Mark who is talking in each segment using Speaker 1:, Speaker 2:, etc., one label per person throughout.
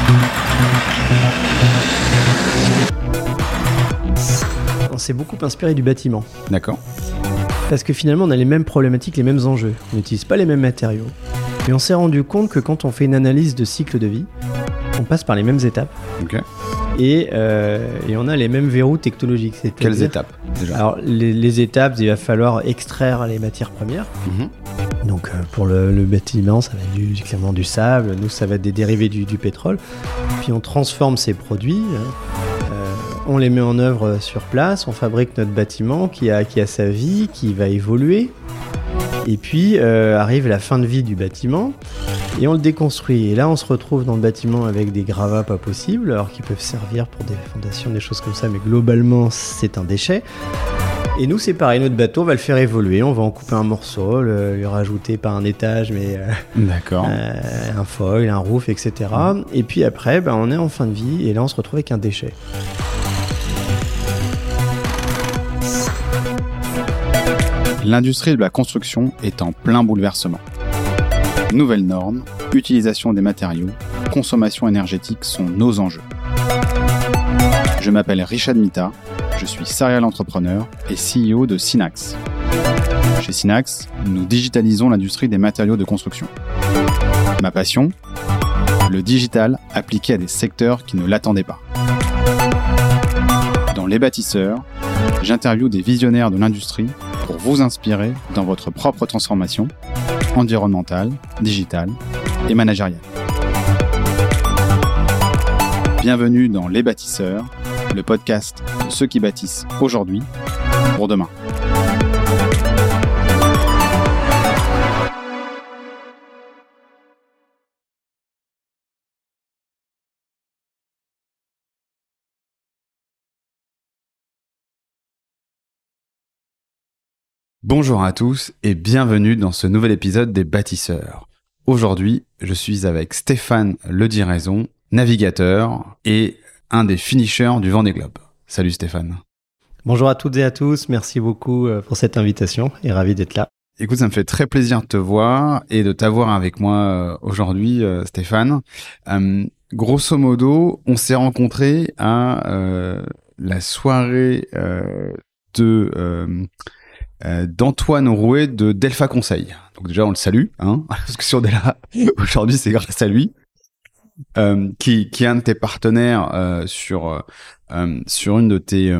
Speaker 1: On s'est beaucoup inspiré du bâtiment.
Speaker 2: D'accord.
Speaker 1: Parce que finalement, on a les mêmes problématiques, les mêmes enjeux. On n'utilise pas les mêmes matériaux. Et on s'est rendu compte que quand on fait une analyse de cycle de vie, on passe par les mêmes étapes.
Speaker 2: Ok.
Speaker 1: Et on a les mêmes verrous technologiques.
Speaker 2: Quelles étapes déjà?
Speaker 1: Alors, les étapes, il va falloir extraire les matières premières. Donc, pour le bâtiment, ça va être clairement du sable. Nous, ça va être des dérivés du pétrole. Puis, on transforme ces produits. On les met en œuvre sur place. On fabrique notre bâtiment qui a sa vie, qui va évoluer. Et puis, arrive la fin de vie du bâtiment. Et on le déconstruit. Et là, on se retrouve dans le bâtiment avec des gravats pas possibles, alors qu'ils peuvent servir pour des fondations, des choses comme ça. Mais globalement, c'est un déchet. Et nous, c'est pareil. Notre bateau, on va le faire évoluer. On va en couper un morceau, lui rajouter pas un étage, mais
Speaker 2: D'accord.
Speaker 1: un foil, un roof, etc. Et puis après, on est en fin de vie. Et là, on se retrouve avec un déchet.
Speaker 2: L'industrie de la construction est en plein bouleversement. Nouvelles normes, utilisation des matériaux, consommation énergétique sont nos enjeux. Je m'appelle Richard Mita, je suis serial entrepreneur et CEO de Synax. Chez Synax, nous digitalisons l'industrie des matériaux de construction. Ma passion, le digital appliqué à des secteurs qui ne l'attendaient pas. Dans Les Bâtisseurs, j'interviewe des visionnaires de l'industrie pour vous inspirer dans votre propre transformation environnementale, digitale et managériale. Bienvenue dans Les Bâtisseurs, le podcast de ceux qui bâtissent aujourd'hui pour demain. Bonjour à tous et bienvenue dans ce nouvel épisode des Bâtisseurs. Aujourd'hui, je suis avec Stéphane Lediraison, navigateur et un des finishers du Vendée Globe. Salut Stéphane.
Speaker 1: Bonjour à toutes et à tous, merci beaucoup pour cette invitation et ravi d'être là.
Speaker 2: Écoute, ça me fait très plaisir de te voir et de t'avoir avec moi aujourd'hui, Stéphane. Grosso modo, on s'est rencontrés à la soirée d'Antoine Rouet de Delpha Conseil. Donc déjà, on le salue, parce que si on est là aujourd'hui, c'est grâce à lui, qui est un de tes partenaires sur une de tes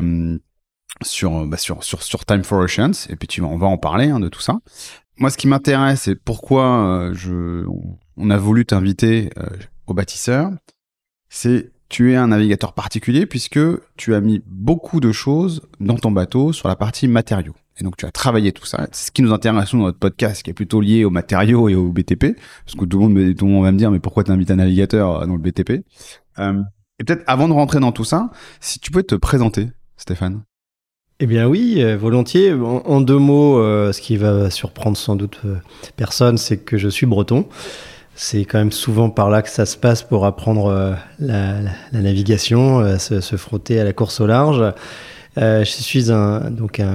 Speaker 2: sur Time for Oceans. Et puis on va en parler de tout ça. Moi, ce qui m'intéresse, c'est pourquoi on a voulu t'inviter au Bâtisseur. C'est tu es un navigateur particulier puisque tu as mis beaucoup de choses dans ton bateau sur la partie matériaux. Et donc, tu as travaillé tout ça. C'est ce qui nous intéresse dans notre podcast, qui est plutôt lié aux matériaux et au BTP. Parce que tout le monde va me dire, mais pourquoi t'invites un navigateur dans le BTP? Et peut-être, avant de rentrer dans tout ça, si tu pouvais te présenter, Stéphane.
Speaker 1: Eh bien oui, volontiers. En deux mots, ce qui va surprendre sans doute personne, c'est que je suis breton. C'est quand même souvent par là que ça se passe pour apprendre la navigation, se frotter à la course au large. Je suis un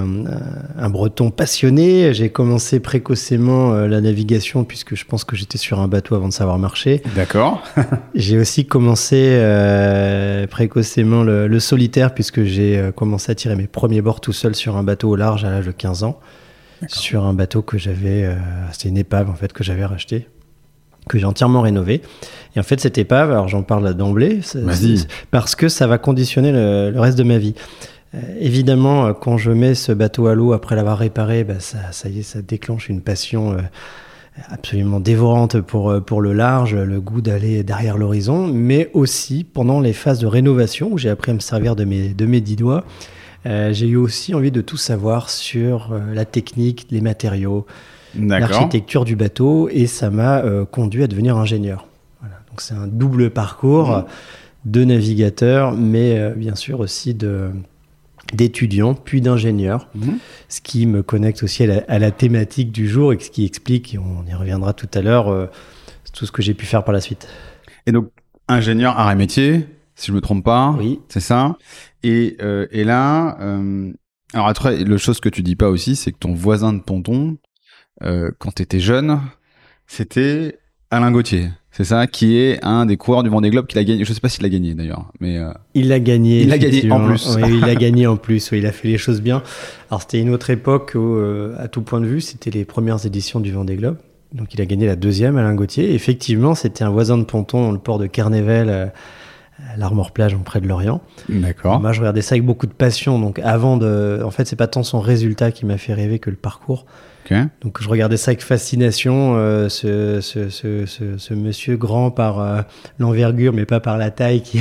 Speaker 1: breton passionné. J'ai commencé précocement la navigation puisque je pense que j'étais sur un bateau avant de savoir marcher.
Speaker 2: D'accord.
Speaker 1: J'ai aussi commencé précocement le solitaire puisque j'ai commencé à tirer mes premiers bords tout seul sur un bateau au large à l'âge de 15 ans. D'accord. Sur un bateau que j'avais, c'était une épave en fait que j'avais racheté, que j'ai entièrement rénové. Et en fait, cette épave, alors j'en parle d'emblée, parce que ça va conditionner le reste de ma vie. Évidemment, quand je mets ce bateau à l'eau après l'avoir réparé, ça y est, ça déclenche une passion absolument dévorante pour le large, le goût d'aller derrière l'horizon, mais aussi pendant les phases de rénovation où j'ai appris à me servir de mes 10 doigts, j'ai eu aussi envie de tout savoir sur la technique, les matériaux, l'architecture du bateau, et ça m'a conduit à devenir ingénieur. Voilà. Donc c'est un double parcours de navigateur, mais bien sûr aussi d'étudiant, puis d'ingénieur, ce qui me connecte aussi à la thématique du jour et ce qui explique, et on y reviendra tout à l'heure, tout ce que j'ai pu faire par la suite.
Speaker 2: Et donc, ingénieur art et métier, si je ne me trompe pas,
Speaker 1: oui.
Speaker 2: C'est ça. Et là, alors après, la chose que tu dis pas aussi, c'est que ton voisin de tonton, quand tu étais jeune, c'était Alain Gauthier. C'est ça, qui est un des coureurs du Vendée Globe qu'il a gagné. Je sais pas s'il l'a gagné d'ailleurs, mais
Speaker 1: il l'a gagné.
Speaker 2: Il l'a gagné en plus.
Speaker 1: Oui, il l'a gagné en plus. Oui, il a fait les choses bien. Alors c'était une autre époque où, à tout point de vue, c'était les premières éditions du Vendée Globe. Donc il a gagné la deuxième, Alain Gauthier. Et effectivement, c'était un voisin de ponton dans le port de Kernevel, à l'Armor-Plage, près de Lorient.
Speaker 2: D'accord.
Speaker 1: Moi, je regardais ça avec beaucoup de passion. Donc en fait, c'est pas tant son résultat qui m'a fait rêver que le parcours.
Speaker 2: Okay.
Speaker 1: Donc je regardais ça avec fascination, ce monsieur grand par l'envergure mais pas par la taille qui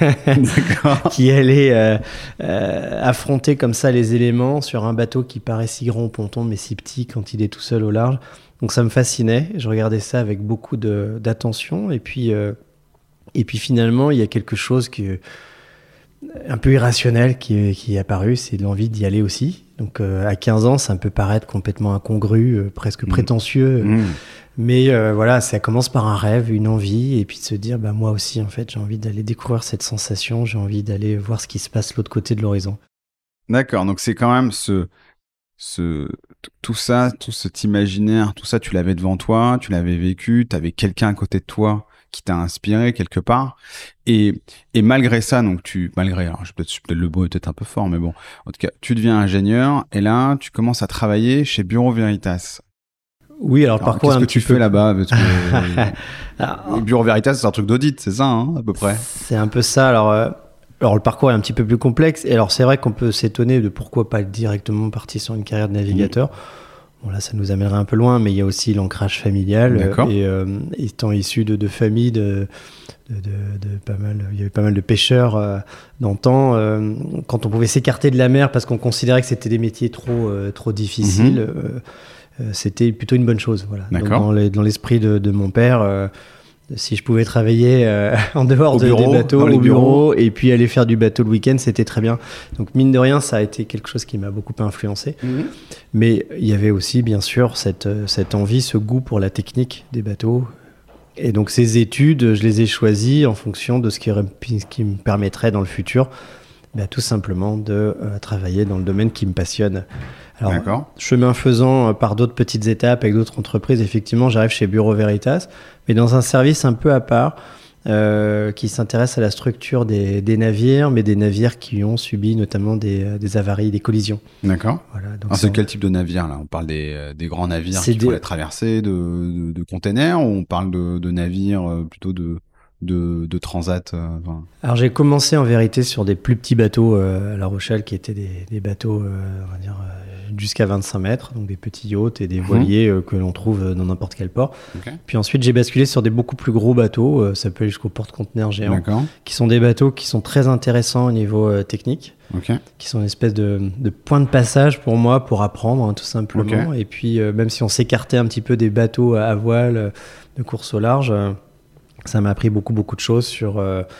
Speaker 1: allait affronter comme ça les éléments sur un bateau qui paraît si grand au ponton mais si petit quand il est tout seul au large. Donc ça me fascinait, je regardais ça avec beaucoup d'attention et puis finalement il y a quelque chose un peu irrationnel qui est apparu, c'est l'envie d'y aller aussi. Donc à 15 ans, ça peut paraître complètement incongru, presque prétentieux. Mais voilà, ça commence par un rêve, une envie, et puis de se dire, bah moi aussi, en fait, j'ai envie d'aller découvrir cette sensation, j'ai envie d'aller voir ce qui se passe de l'autre côté de l'horizon.
Speaker 2: D'accord, donc c'est quand même tout ça, tout cet imaginaire, tout ça, tu l'avais devant toi, tu l'avais vécu, tu avais quelqu'un à côté de toi qui t'a inspiré quelque part. Et malgré ça, donc alors peut-être le mot est peut-être un peu fort, mais bon, en tout cas, tu deviens ingénieur et là, tu commences à travailler chez Bureau Veritas.
Speaker 1: Oui, alors parcours
Speaker 2: qu'est-ce que tu fais là-bas? Parce que Bureau Veritas, c'est un truc d'audit, c'est ça, hein, à peu près?
Speaker 1: C'est un peu ça. Alors le parcours est un petit peu plus complexe. Et alors c'est vrai qu'on peut s'étonner de pourquoi pas directement partir sur une carrière de navigateur. Bon, là, ça nous amènerait un peu loin, mais il y a aussi l'ancrage familial. Et étant issu de familles il y avait pas mal de pêcheurs d'antan. Quand on pouvait s'écarter de la mer parce qu'on considérait que c'était des métiers trop difficiles, c'était plutôt une bonne chose. Voilà. Donc, dans l'esprit de mon père, si je pouvais travailler en dehors des bateaux, au bureau, et puis aller faire du bateau le week-end, c'était très bien. Donc mine de rien, ça a été quelque chose qui m'a beaucoup influencé. Mais il y avait aussi, bien sûr, cette envie, ce goût pour la technique des bateaux. Et donc ces études, je les ai choisies en fonction de ce qui me permettrait dans le futur, tout simplement de travailler dans le domaine qui me passionne. Alors, chemin faisant, par d'autres petites étapes avec d'autres entreprises, effectivement, j'arrive chez Bureau Veritas, mais dans un service un peu à part, qui s'intéresse à la structure des navires, mais des navires qui ont subi notamment des avaries, des collisions.
Speaker 2: D'accord. Voilà, donc c'est quel type de navire là? On parle des grands navires qui font la traversée de containers, ou on parle de navires plutôt de transat
Speaker 1: Alors j'ai commencé en vérité sur des plus petits bateaux à La Rochelle, qui étaient des bateaux, on va dire, jusqu'à 25 mètres, donc des petits yachts et des voiliers que l'on trouve dans n'importe quel port. Puis ensuite j'ai basculé sur des beaucoup plus gros bateaux, ça peut aller jusqu'aux porte-conteneurs géants, qui sont des bateaux qui sont très intéressants au niveau technique, qui sont une espèce de point de passage pour moi pour apprendre, tout simplement. Et puis même si on s'écartait un petit peu des bateaux à voile de course au large, ça m'a appris beaucoup de choses sur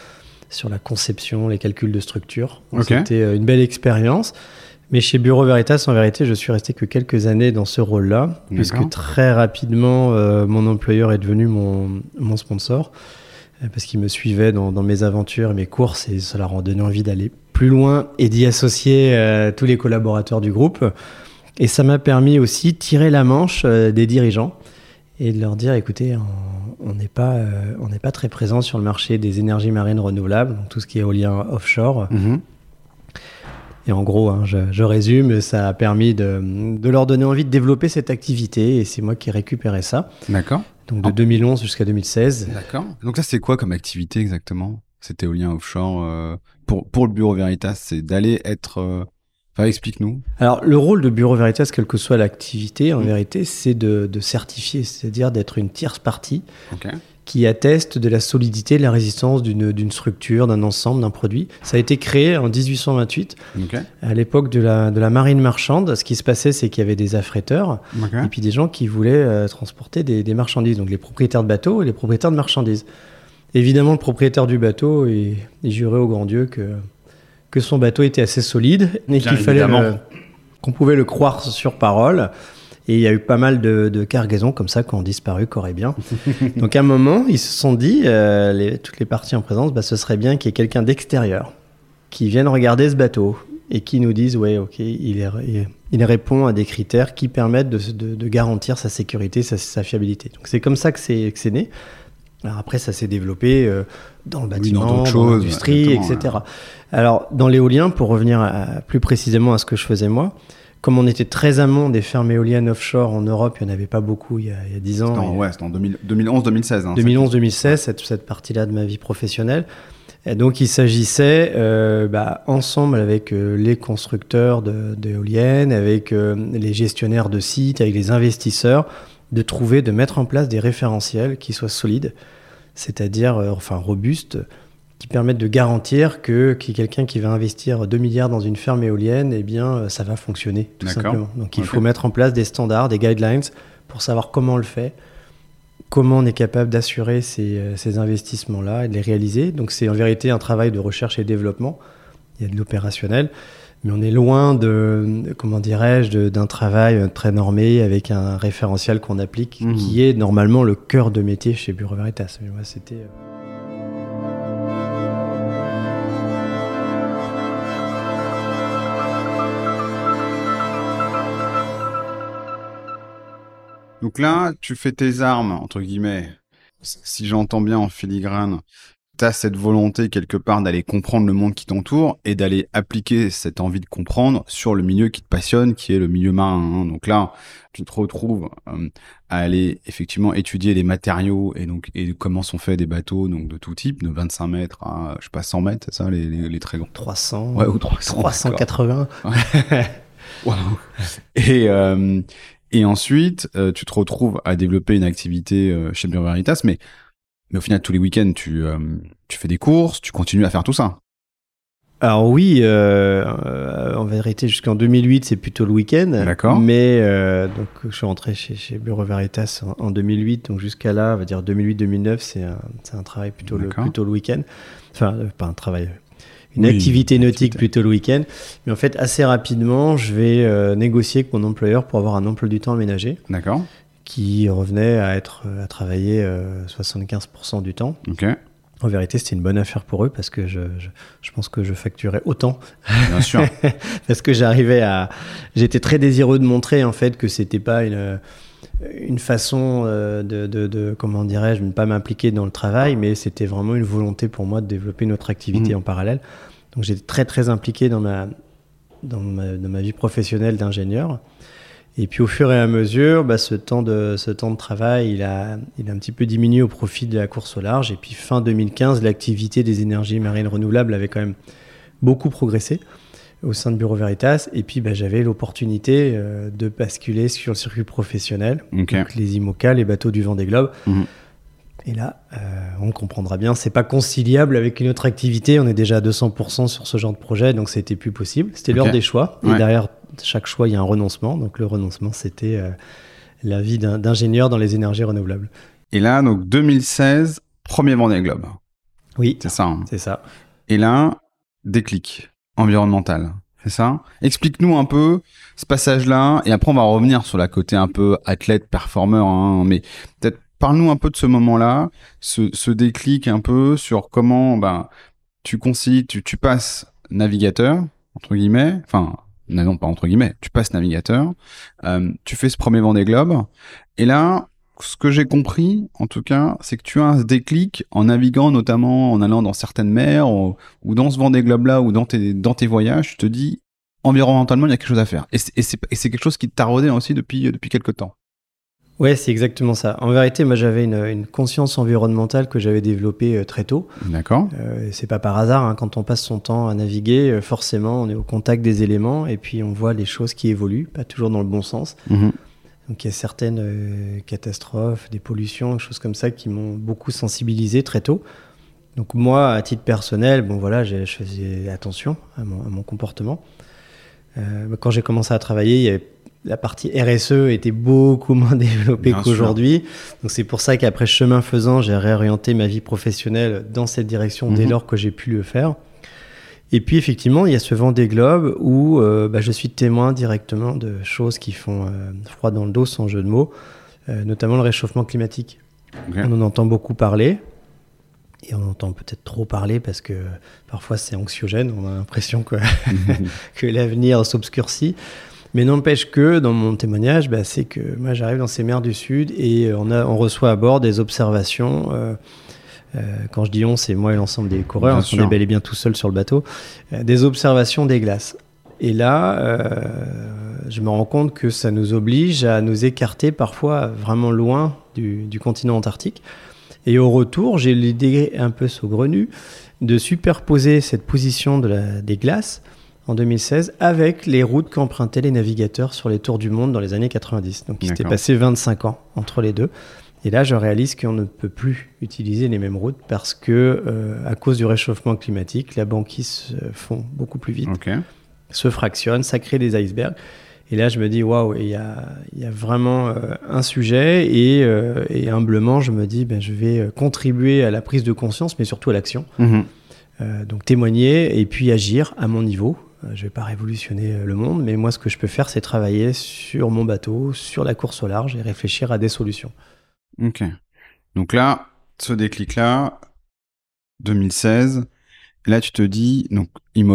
Speaker 1: la conception, les calculs de structure. C'était une belle expérience. Mais chez Bureau Veritas, en vérité, je suis resté que quelques années dans ce rôle-là, puisque très rapidement, mon employeur est devenu mon sponsor, parce qu'il me suivait dans mes aventures et mes courses, et ça leur a donné envie d'aller plus loin et d'y associer tous les collaborateurs du groupe. Et ça m'a permis aussi de tirer la manche des dirigeants et de leur dire, écoutez, on n'est pas très présent sur le marché des énergies marines renouvelables, donc tout ce qui est éolien offshore. Et en gros, je résume, ça a permis de leur donner envie de développer cette activité, et c'est moi qui ai récupéré ça.
Speaker 2: D'accord.
Speaker 1: Donc de 2011 jusqu'à 2016.
Speaker 2: D'accord. Donc ça, c'est quoi comme activité exactement, cet éolien offshore pour le Bureau Veritas? C'est d'aller être... Enfin, explique-nous.
Speaker 1: Alors, le rôle de Bureau Veritas, quelle que soit l'activité, en vérité, c'est de certifier, c'est-à-dire d'être une tierce partie qui atteste de la solidité, de la résistance d'une structure, d'un ensemble, d'un produit. Ça a été créé en 1828, à l'époque de la marine marchande. Ce qui se passait, c'est qu'il y avait des affréteurs et puis des gens qui voulaient transporter des marchandises, donc les propriétaires de bateaux et les propriétaires de marchandises. Évidemment, le propriétaire du bateau, il jurait au grand Dieu que son bateau était assez solide et qu'il fallait qu'on pouvait le croire sur parole. Et il y a eu pas mal de cargaisons comme ça qui ont disparu corps et bien. Donc à un moment, ils se sont dit, toutes les parties en présence, ce serait bien qu'il y ait quelqu'un d'extérieur qui vienne regarder ce bateau et qui nous dise, ouais, ok, il répond à des critères qui permettent de garantir sa sécurité, sa fiabilité. Donc c'est comme ça que c'est né. Alors après, ça s'est développé dans le bâtiment,
Speaker 2: dans
Speaker 1: l'industrie, etc.
Speaker 2: Ouais.
Speaker 1: Alors, dans l'éolien, pour revenir plus précisément à ce que je faisais moi, comme on était très amont des fermes éoliennes offshore en Europe, il n'y en avait pas beaucoup il y a 10 ans.
Speaker 2: C'était en 2011-2016. Hein,
Speaker 1: 2011-2016, cette partie-là de ma vie professionnelle. Et donc, il s'agissait, ensemble avec les constructeurs d'éoliennes, avec les gestionnaires de sites, avec les investisseurs, de mettre en place des référentiels qui soient solides, c'est-à-dire robustes, qui permettent de garantir que quelqu'un qui va investir 2 milliards dans une ferme éolienne, eh bien, ça va fonctionner, tout simplement. Donc, il faut mettre en place des standards, des guidelines pour savoir comment on le fait, comment on est capable d'assurer ces investissements-là et de les réaliser. Donc, c'est en vérité un travail de recherche et développement. Il y a de l'opérationnel, mais on est loin d'un travail très normé avec un référentiel qu'on applique, qui est normalement le cœur de métier chez Bureau Veritas. Mais moi, c'était...
Speaker 2: Donc là, tu fais tes armes, entre guillemets, si j'entends bien en filigrane, tu as cette volonté quelque part d'aller comprendre le monde qui t'entoure et d'aller appliquer cette envie de comprendre sur le milieu qui te passionne, qui est le milieu marin. Hein. Donc là, tu te retrouves à aller effectivement étudier les matériaux et comment sont faits des bateaux donc de tout type, de 25 mètres à, 100 mètres, c'est ça, les très grands.
Speaker 1: 300,
Speaker 2: ouais, ou 300,
Speaker 1: 380.
Speaker 2: Wow. Et ensuite, tu te retrouves à développer une activité chez Bureau Veritas, mais au final, tous les week-ends, tu fais des courses, tu continues à faire tout ça.
Speaker 1: Alors oui, en vérité, jusqu'en 2008, c'est plutôt le week-end.
Speaker 2: D'accord.
Speaker 1: Mais donc, je suis rentré chez Bureau Veritas en 2008, donc jusqu'à là, on va dire 2008-2009, c'est un travail plutôt le week-end. Enfin, pas un travail... Une activité nautique plutôt le week-end. Mais en fait, assez rapidement, je vais négocier avec mon employeur pour avoir un emploi du temps aménagé.
Speaker 2: D'accord.
Speaker 1: Qui revenait à travailler 75% du temps.
Speaker 2: Ok.
Speaker 1: En vérité, c'était une bonne affaire pour eux parce que je pense que je facturais autant.
Speaker 2: Bien sûr.
Speaker 1: Parce que j'étais très désireux de montrer en fait que c'était pas une façon comment dirais-je, de ne pas m'impliquer dans le travail, mais c'était vraiment une volonté pour moi de développer une autre activité en parallèle. Donc j'étais très très impliqué dans ma vie professionnelle d'ingénieur. Et puis au fur et à mesure, ce temps de travail, il a un petit peu diminué au profit de la course au large. Et puis fin 2015, l'activité des énergies marines renouvelables avait quand même beaucoup progressé au sein de Bureau Veritas. Et puis j'avais l'opportunité de basculer sur le circuit professionnel, donc les IMOCA, les bateaux du Vendée Globe. Et là, on comprendra bien, c'est pas conciliable avec une autre activité. On est déjà à 200% sur ce genre de projet, donc c'était plus possible. C'était l'heure des choix. Et derrière chaque choix, il y a un renoncement. Donc le renoncement, c'était la vie d'ingénieur dans les énergies renouvelables.
Speaker 2: Et là, donc 2016, premier Vendée Globe.
Speaker 1: Oui,
Speaker 2: c'est ça.
Speaker 1: C'est ça.
Speaker 2: Et là, déclic environnemental. C'est ça? Explique-nous un peu ce passage-là. Et après, on va revenir sur la côté un peu athlète, performeur. Hein, mais peut-être parle-nous un peu de ce moment-là, ce déclic un peu sur comment tu passes navigateur, entre guillemets. Enfin, non, pas entre guillemets. Tu passes navigateur. Tu fais ce premier Vendée Globe. Et là, ce que j'ai compris, en tout cas, c'est que tu as un déclic en naviguant, notamment en allant dans certaines mers ou dans ce Vendée Globe-là ou dans tes voyages, tu te dis, environnementalement, il y a quelque chose à faire. Et c'est quelque chose qui te taraudait aussi depuis quelques temps.
Speaker 1: Ouais, c'est exactement ça. En vérité, moi, j'avais une conscience environnementale que j'avais développée très tôt.
Speaker 2: D'accord.
Speaker 1: C'est pas par hasard, hein, quand on passe son temps à naviguer, forcément, on est au contact des éléments et puis on voit les choses qui évoluent, pas toujours dans le bon sens. Donc il y a certaines catastrophes, des pollutions, des choses comme ça qui m'ont beaucoup sensibilisé très tôt. Donc moi, à titre personnel, je faisais attention à mon comportement. Quand j'ai commencé à travailler, la partie RSE était beaucoup moins développée qu'aujourd'hui. Donc c'est pour ça qu'après chemin faisant, j'ai réorienté ma vie professionnelle dans cette direction dès lors que j'ai pu le faire. Et puis effectivement, il y a ce Vendée Globe où je suis témoin directement de choses qui font froid dans le dos, sans jeu de mots, notamment le réchauffement climatique. On en entend beaucoup parler, et on entend peut-être trop parler parce que parfois c'est anxiogène, on a l'impression que l'avenir s'obscurcit. Mais n'empêche que dans mon témoignage, c'est que moi j'arrive dans ces mers du Sud et on reçoit à bord des observations. Quand je dis on, c'est moi et l'ensemble des coureurs, on est bel et bien tout seul sur le bateau, des observations des glaces. Et là, je me rends compte que ça nous oblige à nous écarter parfois vraiment loin du continent antarctique. Et au retour, j'ai l'idée un peu saugrenue de superposer cette position des glaces en 2016 avec les routes qu'empruntaient les navigateurs sur les tours du monde dans les années 90. Donc il s'était passé 25 ans entre les deux. Et là, je réalise qu'on ne peut plus utiliser les mêmes routes parce que, à cause du réchauffement climatique, la banquise se fond beaucoup plus vite, se fractionne, ça crée des icebergs. Et là, je me dis, waouh, il y a vraiment un sujet. Et humblement, je me dis, je vais contribuer à la prise de conscience, mais surtout à l'action. Donc témoigner et puis agir à mon niveau. Je ne vais pas révolutionner le monde, mais moi, ce que je peux faire, c'est travailler sur mon bateau, sur la course au large et réfléchir à des solutions.
Speaker 2: Ok. Donc là, ce déclic-là, 2016, là, tu te dis, donc,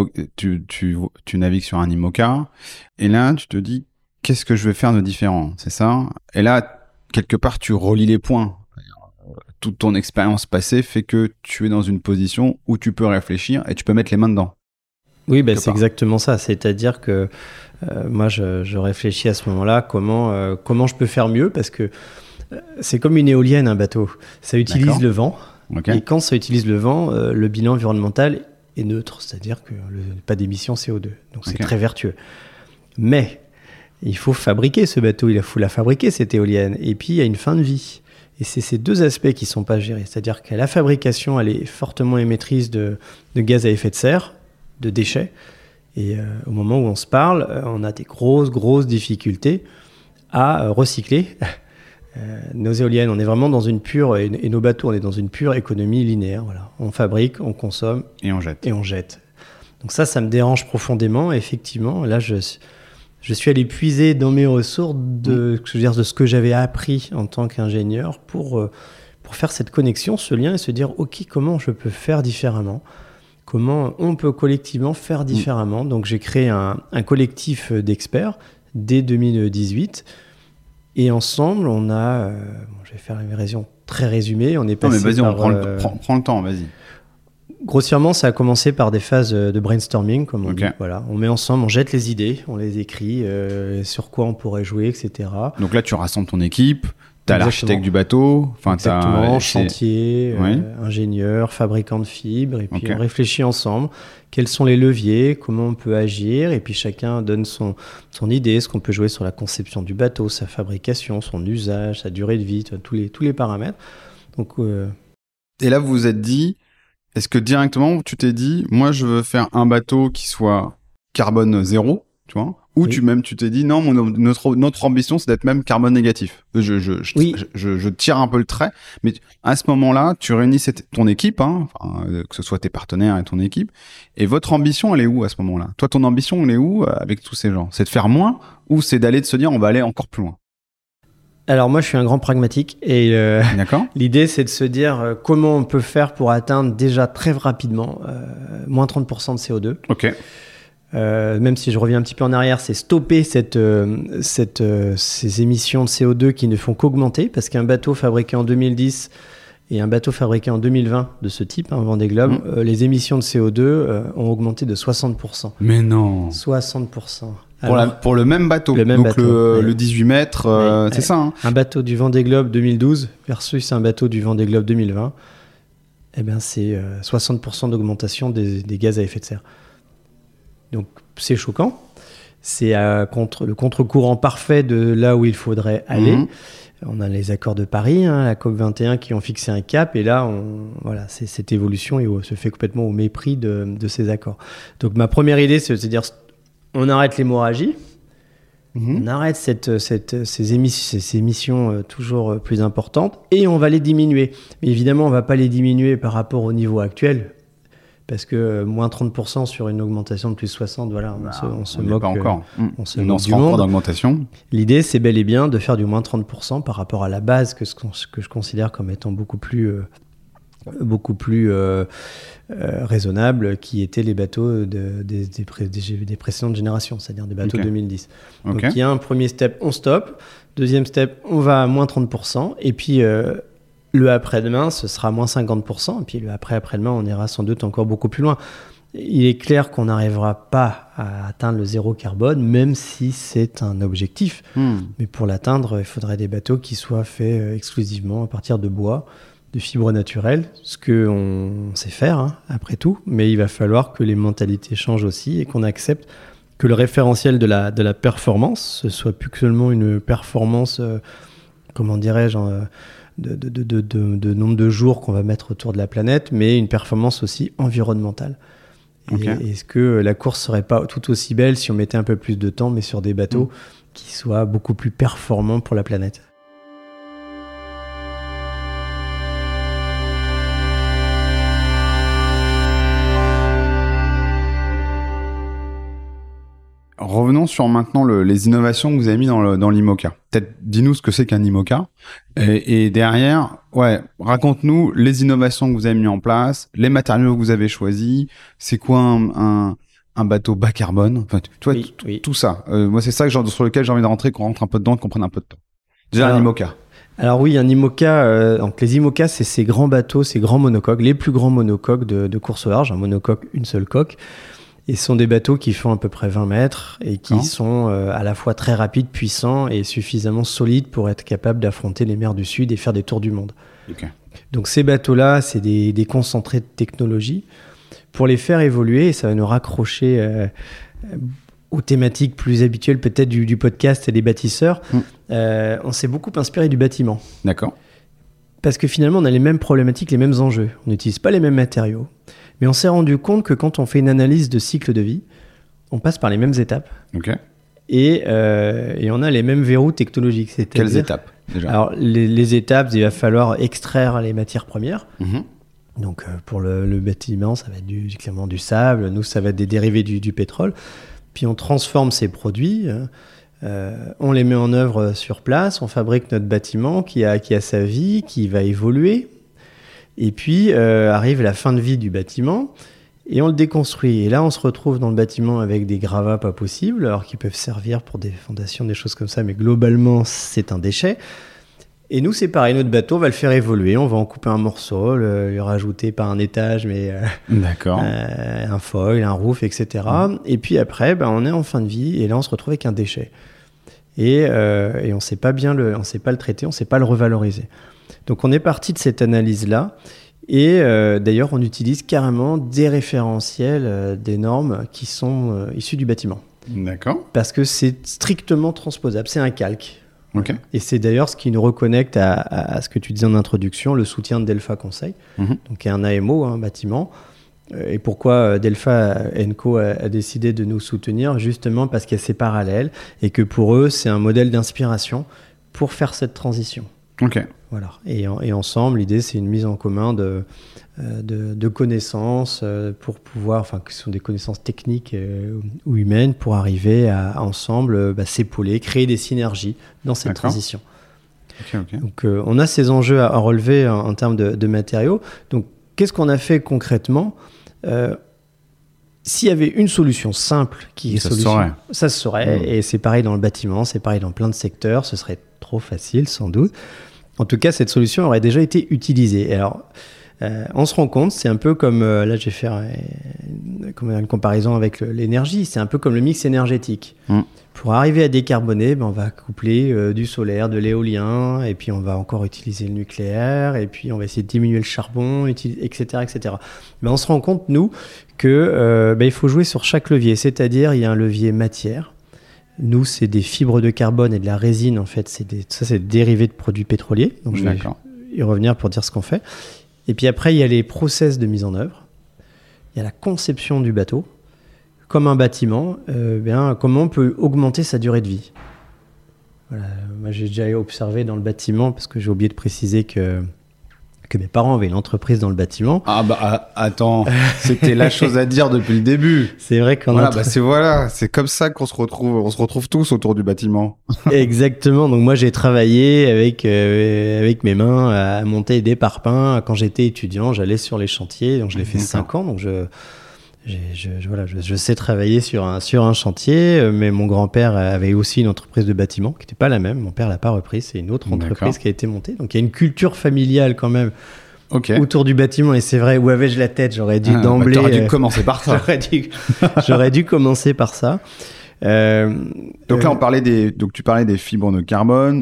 Speaker 2: tu navigues sur un IMOCA, et là, tu te dis, qu'est-ce que je vais faire de différent, c'est ça? Et là, quelque part, tu relis les points. Toute ton expérience passée fait que tu es dans une position où tu peux réfléchir et tu peux mettre les mains dedans.
Speaker 1: Oui, c'est exactement ça. C'est-à-dire que moi, je réfléchis à ce moment-là comment je peux faire mieux, parce que c'est comme une éolienne, un bateau. Ça utilise le vent. Et quand ça utilise le vent, le bilan environnemental est neutre, c'est-à-dire que pas d'émissions CO2. Donc c'est très vertueux. Mais il faut fabriquer ce bateau, il faut la fabriquer, cette éolienne. Et puis il y a une fin de vie. Et c'est ces deux aspects qui ne sont pas gérés. C'est-à-dire qu'à la fabrication, elle est fortement émettrice de gaz à effet de serre, de déchets. Et au moment où on se parle, on a des grosses difficultés à recycler nos éoliennes. On est vraiment dans une pure, et nos bateaux, on est dans une pure économie linéaire. Voilà. On fabrique, on consomme
Speaker 2: et on jette.
Speaker 1: Donc ça me dérange profondément. Et effectivement, là, je suis allé puiser dans mes ressources de ce que j'avais appris en tant qu'ingénieur pour faire cette connexion, ce lien, et se dire, OK, comment je peux faire différemment ? Comment on peut collectivement faire différemment ? Donc j'ai créé un collectif d'experts dès 2018. Et ensemble, on a... je vais faire une version très résumée. On est passé
Speaker 2: prends le temps, vas-y.
Speaker 1: Grossièrement, ça a commencé par des phases de brainstorming, comme on dit. Voilà. On met ensemble, on jette les idées, on les écrit, sur quoi on pourrait jouer, etc.
Speaker 2: Donc là, tu rassembles ton équipe, tu as l'architecte du bateau.
Speaker 1: Exactement, chantier, ingénieur, fabricant de fibres. Et puis on réfléchit ensemble. Quels sont les leviers, comment on peut agir, et puis chacun donne son idée, ce qu'on peut jouer sur la conception du bateau, sa fabrication, son usage, sa durée de vie, tous les paramètres. Donc,
Speaker 2: Et là, vous vous êtes dit, est-ce que directement, tu t'es dit, moi, je veux faire un bateau qui soit carbone zéro, tu vois, ou tu t'es dit, non, notre ambition, c'est d'être même carbone négatif. Je tire un peu le trait, mais à ce moment-là, tu réunis ton équipe, que ce soit tes partenaires et ton équipe, et votre ambition, elle est où à ce moment-là ? Toi, ton ambition, elle est où avec tous ces gens ? C'est de faire moins, ou c'est de se dire, on va aller encore plus loin ?
Speaker 1: Alors moi, je suis un grand pragmatique et l'idée, c'est de se dire comment on peut faire pour atteindre déjà très rapidement moins 30% de CO2.
Speaker 2: Ok.
Speaker 1: Même si je reviens un petit peu en arrière, c'est stopper ces émissions de CO2 qui ne font qu'augmenter, parce qu'un bateau fabriqué en 2010 et un bateau fabriqué en 2020 de ce type, Vendée Globe, les émissions de CO2 ont augmenté de 60%.
Speaker 2: Mais non.
Speaker 1: 60%.
Speaker 2: Pour le même bateau. Le 18 mètres, c'est ça.
Speaker 1: Un bateau du Vendée Globe 2012 versus un bateau du Vendée Globe 2020, c'est 60% d'augmentation des gaz à effet de serre. Donc c'est choquant. C'est le contre-courant parfait de là où il faudrait aller. On a les accords de Paris, la COP21 qui ont fixé un cap, et là, c'est cette évolution et se fait complètement au mépris de ces accords. Donc ma première idée, c'est de se dire, on arrête l'hémorragie, on arrête ces émissions toujours plus importantes, et on va les diminuer. Mais évidemment, on ne va pas les diminuer par rapport au niveau actuel, parce que moins 30% sur une augmentation de plus 60, on se moque.
Speaker 2: Pas encore.
Speaker 1: On se moque du monde.
Speaker 2: D'augmentation.
Speaker 1: L'idée, c'est bel et bien de faire du moins 30% par rapport à la base que je considère comme étant beaucoup plus beaucoup plus raisonnables, qui étaient les bateaux des précédentes générations, c'est-à-dire des bateaux 2010. Donc il y a un premier step, on stoppe. Deuxième step, on va à moins 30%. Et puis le après-demain, ce sera moins 50%. Et puis le après-demain, on ira sans doute encore beaucoup plus loin. Il est clair qu'on n'arrivera pas à atteindre le zéro carbone, même si c'est un objectif. Mais pour l'atteindre, il faudrait des bateaux qui soient faits exclusivement à partir de bois, de fibres naturelles, ce qu'on sait faire, après tout. Mais il va falloir que les mentalités changent aussi et qu'on accepte que le référentiel de la performance, ce soit plus que seulement une performance, de nombre de jours qu'on va mettre autour de la planète, mais une performance aussi environnementale. Est-ce que la course serait pas tout aussi belle si on mettait un peu plus de temps, mais sur des bateaux qui soient beaucoup plus performants pour la planète?
Speaker 2: Revenons sur maintenant les innovations que vous avez mis dans l'IMOCA. Peut-être dis-nous ce que c'est qu'un IMOCA. Et derrière, raconte-nous les innovations que vous avez mis en place, les matériaux que vous avez choisis. C'est quoi un bateau bas carbone? Enfin, tout ça. Moi, c'est ça sur lequel j'ai envie de rentrer, qu'on rentre un peu dedans, qu'on prenne un peu de temps. Déjà, un IMOCA.
Speaker 1: Alors oui, un IMOCA. Donc les IMOCA, c'est ces grands bateaux, ces grands monocoques, les plus grands monocoques de course au large. Un monocoque, une seule coque. Et ce sont des bateaux qui font à peu près 20 mètres et qui sont à la fois très rapides, puissants et suffisamment solides pour être capables d'affronter les mers du Sud et faire des tours du monde. Donc ces bateaux-là, c'est des concentrés de technologie. Pour les faire évoluer, et ça va nous raccrocher aux thématiques plus habituelles peut-être du podcast et des bâtisseurs, on s'est beaucoup inspiré du bâtiment.
Speaker 2: D'accord.
Speaker 1: Parce que finalement, on a les mêmes problématiques, les mêmes enjeux. On n'utilise pas les mêmes matériaux. Mais on s'est rendu compte que quand on fait une analyse de cycle de vie, on passe par les mêmes étapes. Et on a les mêmes verrous technologiques.
Speaker 2: Quelles étapes déjà?
Speaker 1: Alors, les étapes, il va falloir extraire les matières premières. Donc, pour le bâtiment, ça va être clairement du sable. Nous, ça va être des dérivés du pétrole. Puis, on transforme ces produits. On les met en œuvre sur place. On fabrique notre bâtiment qui a sa vie, qui va évoluer. Et puis, arrive la fin de vie du bâtiment et on le déconstruit. Et là, on se retrouve dans le bâtiment avec des gravats pas possibles, alors qu'ils peuvent servir pour des fondations, des choses comme ça, mais globalement, c'est un déchet. Et nous, c'est pareil, notre bateau, on va le faire évoluer. On va en couper un morceau, lui rajouter pas un étage, mais un foil, un roof, etc. Et puis après, on est en fin de vie et là, on se retrouve avec un déchet. Et on ne sait pas on sait pas le traiter, on ne sait pas le revaloriser. Donc on est parti de cette analyse-là et d'ailleurs on utilise carrément des référentiels, des normes qui sont issues du bâtiment.
Speaker 2: D'accord.
Speaker 1: Parce que c'est strictement transposable, c'est un calque. Et c'est d'ailleurs ce qui nous reconnecte à ce que tu disais en introduction, le soutien de Delpha Conseil, donc qui est un AMO, un bâtiment. Et pourquoi Delpha & a décidé de nous soutenir? Justement parce qu'il y a ces parallèles et que pour eux c'est un modèle d'inspiration pour faire cette transition. Voilà. Et ensemble, l'idée, c'est une mise en commun de connaissances pour pouvoir, que ce sont des connaissances techniques ou humaines, pour arriver à ensemble s'épauler, créer des synergies dans cette transition. Donc, on a ces enjeux à relever en termes de matériaux. Donc, qu'est-ce qu'on a fait concrètement? S'il y avait une solution simple ça se saurait. Et c'est pareil dans le bâtiment, c'est pareil dans plein de secteurs. Ce serait trop facile, sans doute. En tout cas, cette solution aurait déjà été utilisée. Et alors, on se rend compte, c'est un peu comme, là je vais faire une comparaison avec l'énergie, c'est un peu comme le mix énergétique. Pour arriver à décarboner, on va coupler du solaire, de l'éolien, et puis on va encore utiliser le nucléaire, et puis on va essayer de diminuer le charbon, etc. Mais on se rend compte, nous, que il faut jouer sur chaque levier, c'est-à-dire il y a un levier matière. Nous, c'est des fibres de carbone et de la résine, en fait. C'est des dérivés de produits pétroliers. Donc, je vais y revenir pour dire ce qu'on fait. Et puis après, il y a les process de mise en œuvre. Il y a la conception du bateau. Comme un bâtiment, comment on peut augmenter sa durée de vie. Voilà. Moi, j'ai déjà observé dans le bâtiment, parce que j'ai oublié de préciser que que mes parents avaient une entreprise dans le bâtiment.
Speaker 2: Ah bah attends, c'était la chose à dire depuis le début.
Speaker 1: C'est vrai qu'on
Speaker 2: c'est comme ça qu'on se retrouve tous autour du bâtiment.
Speaker 1: Exactement. Donc moi j'ai travaillé avec mes mains à monter des parpaings. Quand j'étais étudiant, j'allais sur les chantiers. Donc je l'ai fait 5 ans. Donc je sais travailler sur un chantier. Mais mon grand-père avait aussi une entreprise de bâtiment qui n'était pas la même. Mon père l'a pas reprise. C'est une autre entreprise qui a été montée. Donc il y a une culture familiale quand même. Autour du bâtiment. Et c'est vrai, où avais-je la tête? J'aurais dû d'emblée...
Speaker 2: T'aurais dû commencer par ça.
Speaker 1: J'aurais dû commencer par ça.
Speaker 2: Donc là, tu parlais des fibres de carbone,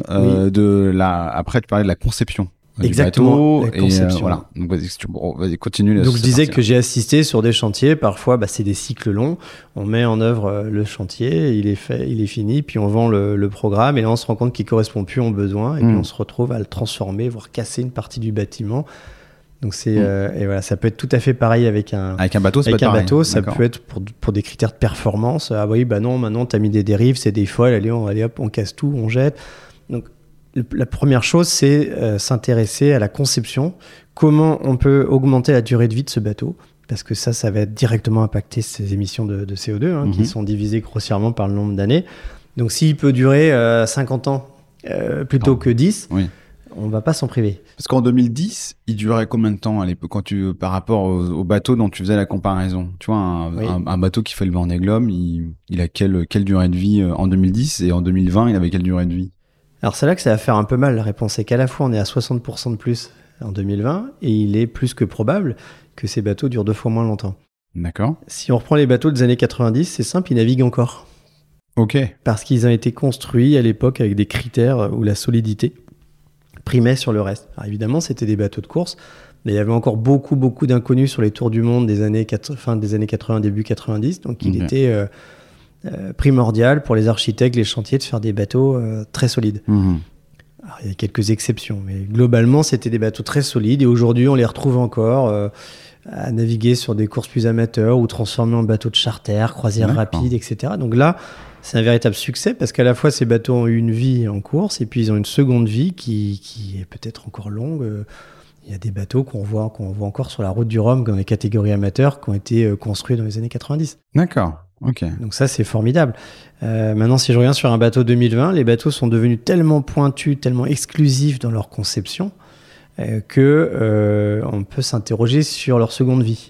Speaker 2: après tu parlais de la conception.
Speaker 1: Exactement,
Speaker 2: la conception. Voilà. Donc vas-y, continue.
Speaker 1: Donc je disais que j'ai assisté sur des chantiers. Parfois, c'est des cycles longs. On met en œuvre le chantier, il est fini, puis on vend le programme, et là on se rend compte qu'il correspond plus aux besoins, et puis on se retrouve à le transformer, voire casser une partie du bâtiment. Donc et voilà, ça peut être tout à fait pareil avec un
Speaker 2: bateau.
Speaker 1: Ça peut être pour des critères de performance. Ah oui, non, maintenant t'as mis des dérives, c'est des folles. Allez hop, on casse tout, on jette. Donc la première chose, c'est s'intéresser à la conception. Comment on peut augmenter la durée de vie de ce bateau? Parce que ça va directement impacter ses émissions de CO2, qui sont divisées grossièrement par le nombre d'années. Donc s'il peut durer 50 ans plutôt que 10, on va pas s'en priver.
Speaker 2: Parce qu'en 2010, il durait combien de temps à l'époque, par rapport au bateau dont tu faisais la comparaison? Tu vois, un bateau qui fait le Vendée Globe, il a quelle durée de vie en 2010, et en 2020, il avait quelle durée de vie?
Speaker 1: Alors c'est là que ça va faire un peu mal. La réponse est qu'à la fois on est à 60% de plus en 2020, et il est plus que probable que ces bateaux durent 2 fois moins longtemps.
Speaker 2: D'accord.
Speaker 1: Si on reprend les bateaux des années 90, c'est simple, ils naviguent encore. Parce qu'ils ont été construits à l'époque avec des critères où la solidité primait sur le reste. Alors évidemment, c'était des bateaux de course, mais il y avait encore beaucoup d'inconnus sur les tours du monde fin des années 80, début 90. Donc il était primordial pour les architectes, les chantiers, de faire des bateaux très solides. Alors, il y a quelques exceptions, mais globalement, c'était des bateaux très solides, et aujourd'hui, on les retrouve encore à naviguer sur des courses plus amateurs ou transformés en bateaux de charter, croisières rapides, etc. Donc là, c'est un véritable succès, parce qu'à la fois, ces bateaux ont eu une vie en course, et puis ils ont une seconde vie qui est peut-être encore longue. Il y a des bateaux qu'on voit encore sur la route du Rhum, dans les catégories amateurs, qui ont été construits dans les années 90.
Speaker 2: D'accord.
Speaker 1: Donc ça, c'est formidable. Maintenant, si je reviens sur un bateau 2020, les bateaux sont devenus tellement pointus, tellement exclusifs dans leur conception, que on peut s'interroger sur leur seconde vie.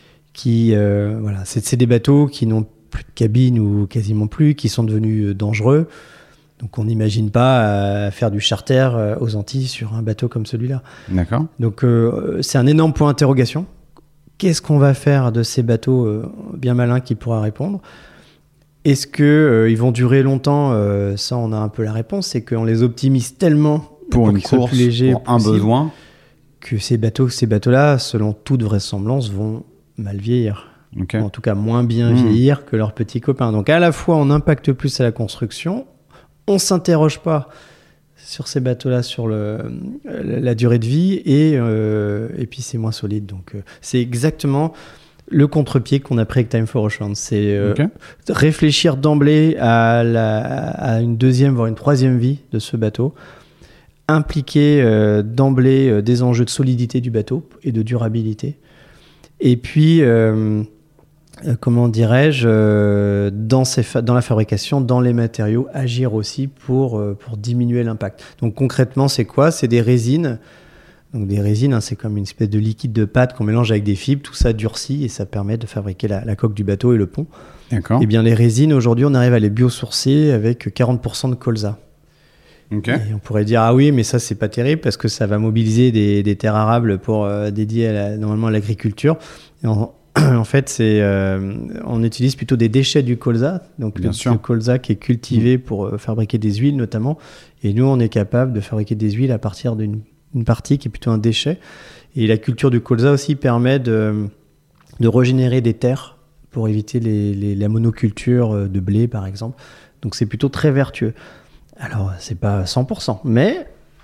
Speaker 1: C'est des bateaux qui n'ont plus de cabine, ou quasiment plus, qui sont devenus dangereux. Donc on n'imagine pas faire du charter aux Antilles sur un bateau comme celui-là.
Speaker 2: D'accord.
Speaker 1: Donc c'est un énorme point d'interrogation. Qu'est-ce qu'on va faire de ces bateaux bien malins qui pourra répondre? Est-ce qu'ils vont durer longtemps? Ça, on a un peu la réponse. C'est qu'on les optimise tellement
Speaker 2: pour une course, plus légers, pour un besoin,
Speaker 1: que ces bateaux-là, selon toute vraisemblance, vont mal vieillir. En tout cas, moins bien vieillir que leurs petits copains. Donc à la fois, on impacte plus à la construction, on ne s'interroge pas sur ces bateaux-là, sur la durée de vie, et puis c'est moins solide. Donc c'est exactement le contre-pied qu'on a pris avec Time for Ocean. C'est réfléchir d'emblée à une deuxième, voire une troisième vie de ce bateau, impliquer d'emblée des enjeux de solidité du bateau et de durabilité, et puis comment dirais-je, dans la fabrication, dans les matériaux, agir aussi pour diminuer l'impact. Donc concrètement, c'est quoi? C'est des résines. Donc des résines, c'est comme une espèce de liquide de pâte qu'on mélange avec des fibres, tout ça durcit, et ça permet de fabriquer la coque du bateau et le pont.
Speaker 2: D'accord.
Speaker 1: Et bien les résines, aujourd'hui, on arrive à les biosourcer avec 40% de colza. Et on pourrait dire, ah oui, mais ça, c'est pas terrible, parce que ça va mobiliser des terres arables pour dédier normalement à l'agriculture. En fait, on utilise plutôt des déchets du colza, donc le colza qui est cultivé pour fabriquer des huiles notamment, et nous on est capable de fabriquer des huiles à partir d'une partie qui est plutôt un déchet. Et la culture du colza aussi permet de régénérer des terres pour éviter la monoculture de blé par exemple. Donc c'est plutôt très vertueux. Alors c'est pas 100%, mais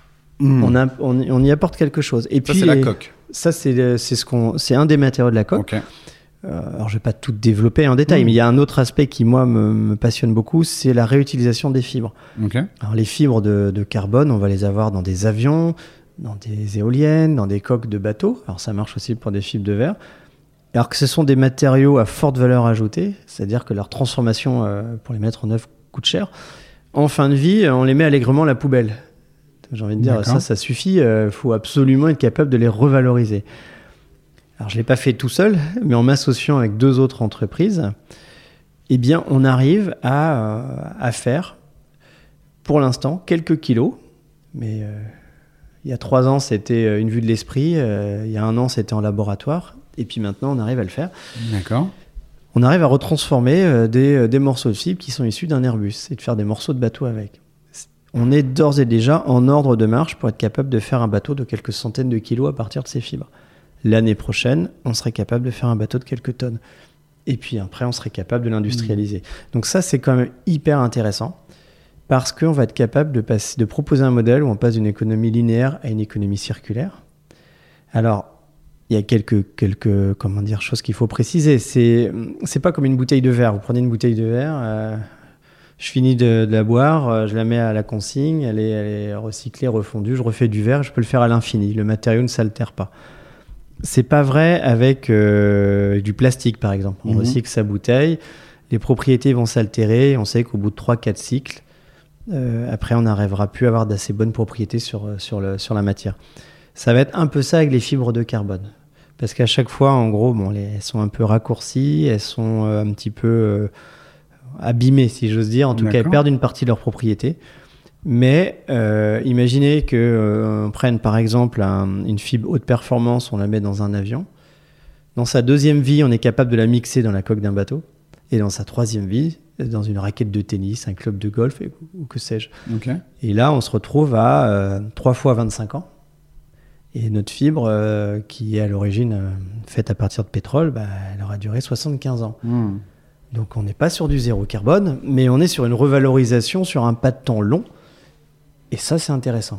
Speaker 1: on y apporte quelque chose. Et puis
Speaker 2: c'est la coque.
Speaker 1: Ça, c'est un des matériaux de la coque. Alors, je vais pas tout développer en détail, mais il y a un autre aspect qui, moi, me passionne beaucoup, c'est la réutilisation des fibres. Alors, les fibres de carbone, on va les avoir dans des avions, dans des éoliennes, dans des coques de bateaux. Alors ça marche aussi pour des fibres de verre. Alors que ce sont des matériaux à forte valeur ajoutée, c'est-à-dire que leur transformation pour les mettre en œuvre coûte cher. En fin de vie, on les met allègrement à la poubelle. J'ai envie de dire, ça suffit. Il faut absolument être capable de les revaloriser. Alors, je ne l'ai pas fait tout seul, mais en m'associant avec 2 autres entreprises, eh bien, on arrive à faire, pour l'instant, quelques kilos. Mais il y a 3 ans, c'était une vue de l'esprit. Il y a 1 an, c'était en laboratoire. Et puis maintenant, on arrive à le faire.
Speaker 2: D'accord.
Speaker 1: On arrive à retransformer des morceaux de fibre qui sont issus d'un Airbus et de faire des morceaux de bateau avec. On est d'ores et déjà en ordre de marche pour être capable de faire un bateau de quelques centaines de kilos à partir de ces fibres. L'année prochaine, on serait capable de faire un bateau de quelques tonnes. Et puis après, on serait capable de l'industrialiser. Donc ça, c'est quand même hyper intéressant parce qu'on va être capable de proposer un modèle où on passe d'une économie linéaire à une économie circulaire. Alors, il y a quelques choses qu'il faut préciser. C'est pas comme une bouteille de verre. Vous prenez une bouteille de verre... je finis de la boire, je la mets à la consigne, elle est recyclée, refondue, je refais du verre, je peux le faire à l'infini. Le matériau ne s'altère pas. C'est pas vrai avec du plastique, par exemple. On recycle sa bouteille, les propriétés vont s'altérer, on sait qu'au bout de 3-4 cycles, après on n'arrivera plus à avoir d'assez bonnes propriétés sur la matière. Ça va être un peu ça avec les fibres de carbone. Parce qu'à chaque fois, en gros, elles sont un peu raccourcies, elles sont un petit peu... abîmées, si j'ose dire. En tout cas, elles perdent une partie de leur propriété. Mais imaginez qu'on prenne par exemple une fibre haute performance, on la met dans un avion. Dans sa 2e vie, on est capable de la mixer dans la coque d'un bateau. Et dans sa 3e vie, dans une raquette de tennis, un club de golf, ou que sais-je.
Speaker 2: Okay.
Speaker 1: Et là, on se retrouve à 3 fois 25 ans. Et notre fibre, qui est à l'origine faite à partir de pétrole, elle aura duré 75 ans. Donc on n'est pas sur du zéro carbone, mais on est sur une revalorisation sur un pas de temps long. Et ça, c'est intéressant.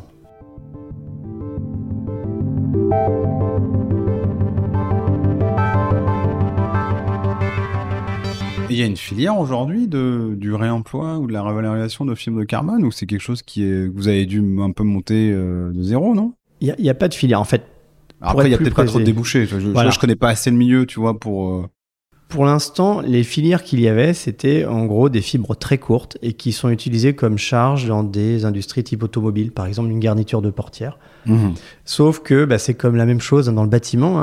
Speaker 2: Il y a une filière aujourd'hui du réemploi ou de la revalorisation de fibres de carbone, ou c'est quelque chose que vous avez dû un peu monter de zéro, non ?
Speaker 1: Il n'y a pas de filière. En fait,
Speaker 2: après, il n'y a peut-être pas trop de débouchés. Je connais pas assez le milieu, tu vois, pour...
Speaker 1: Pour l'instant, les filières qu'il y avait, c'était en gros des fibres très courtes et qui sont utilisées comme charge dans des industries type automobile, par exemple une garniture de portière. Sauf que c'est comme la même chose dans le bâtiment.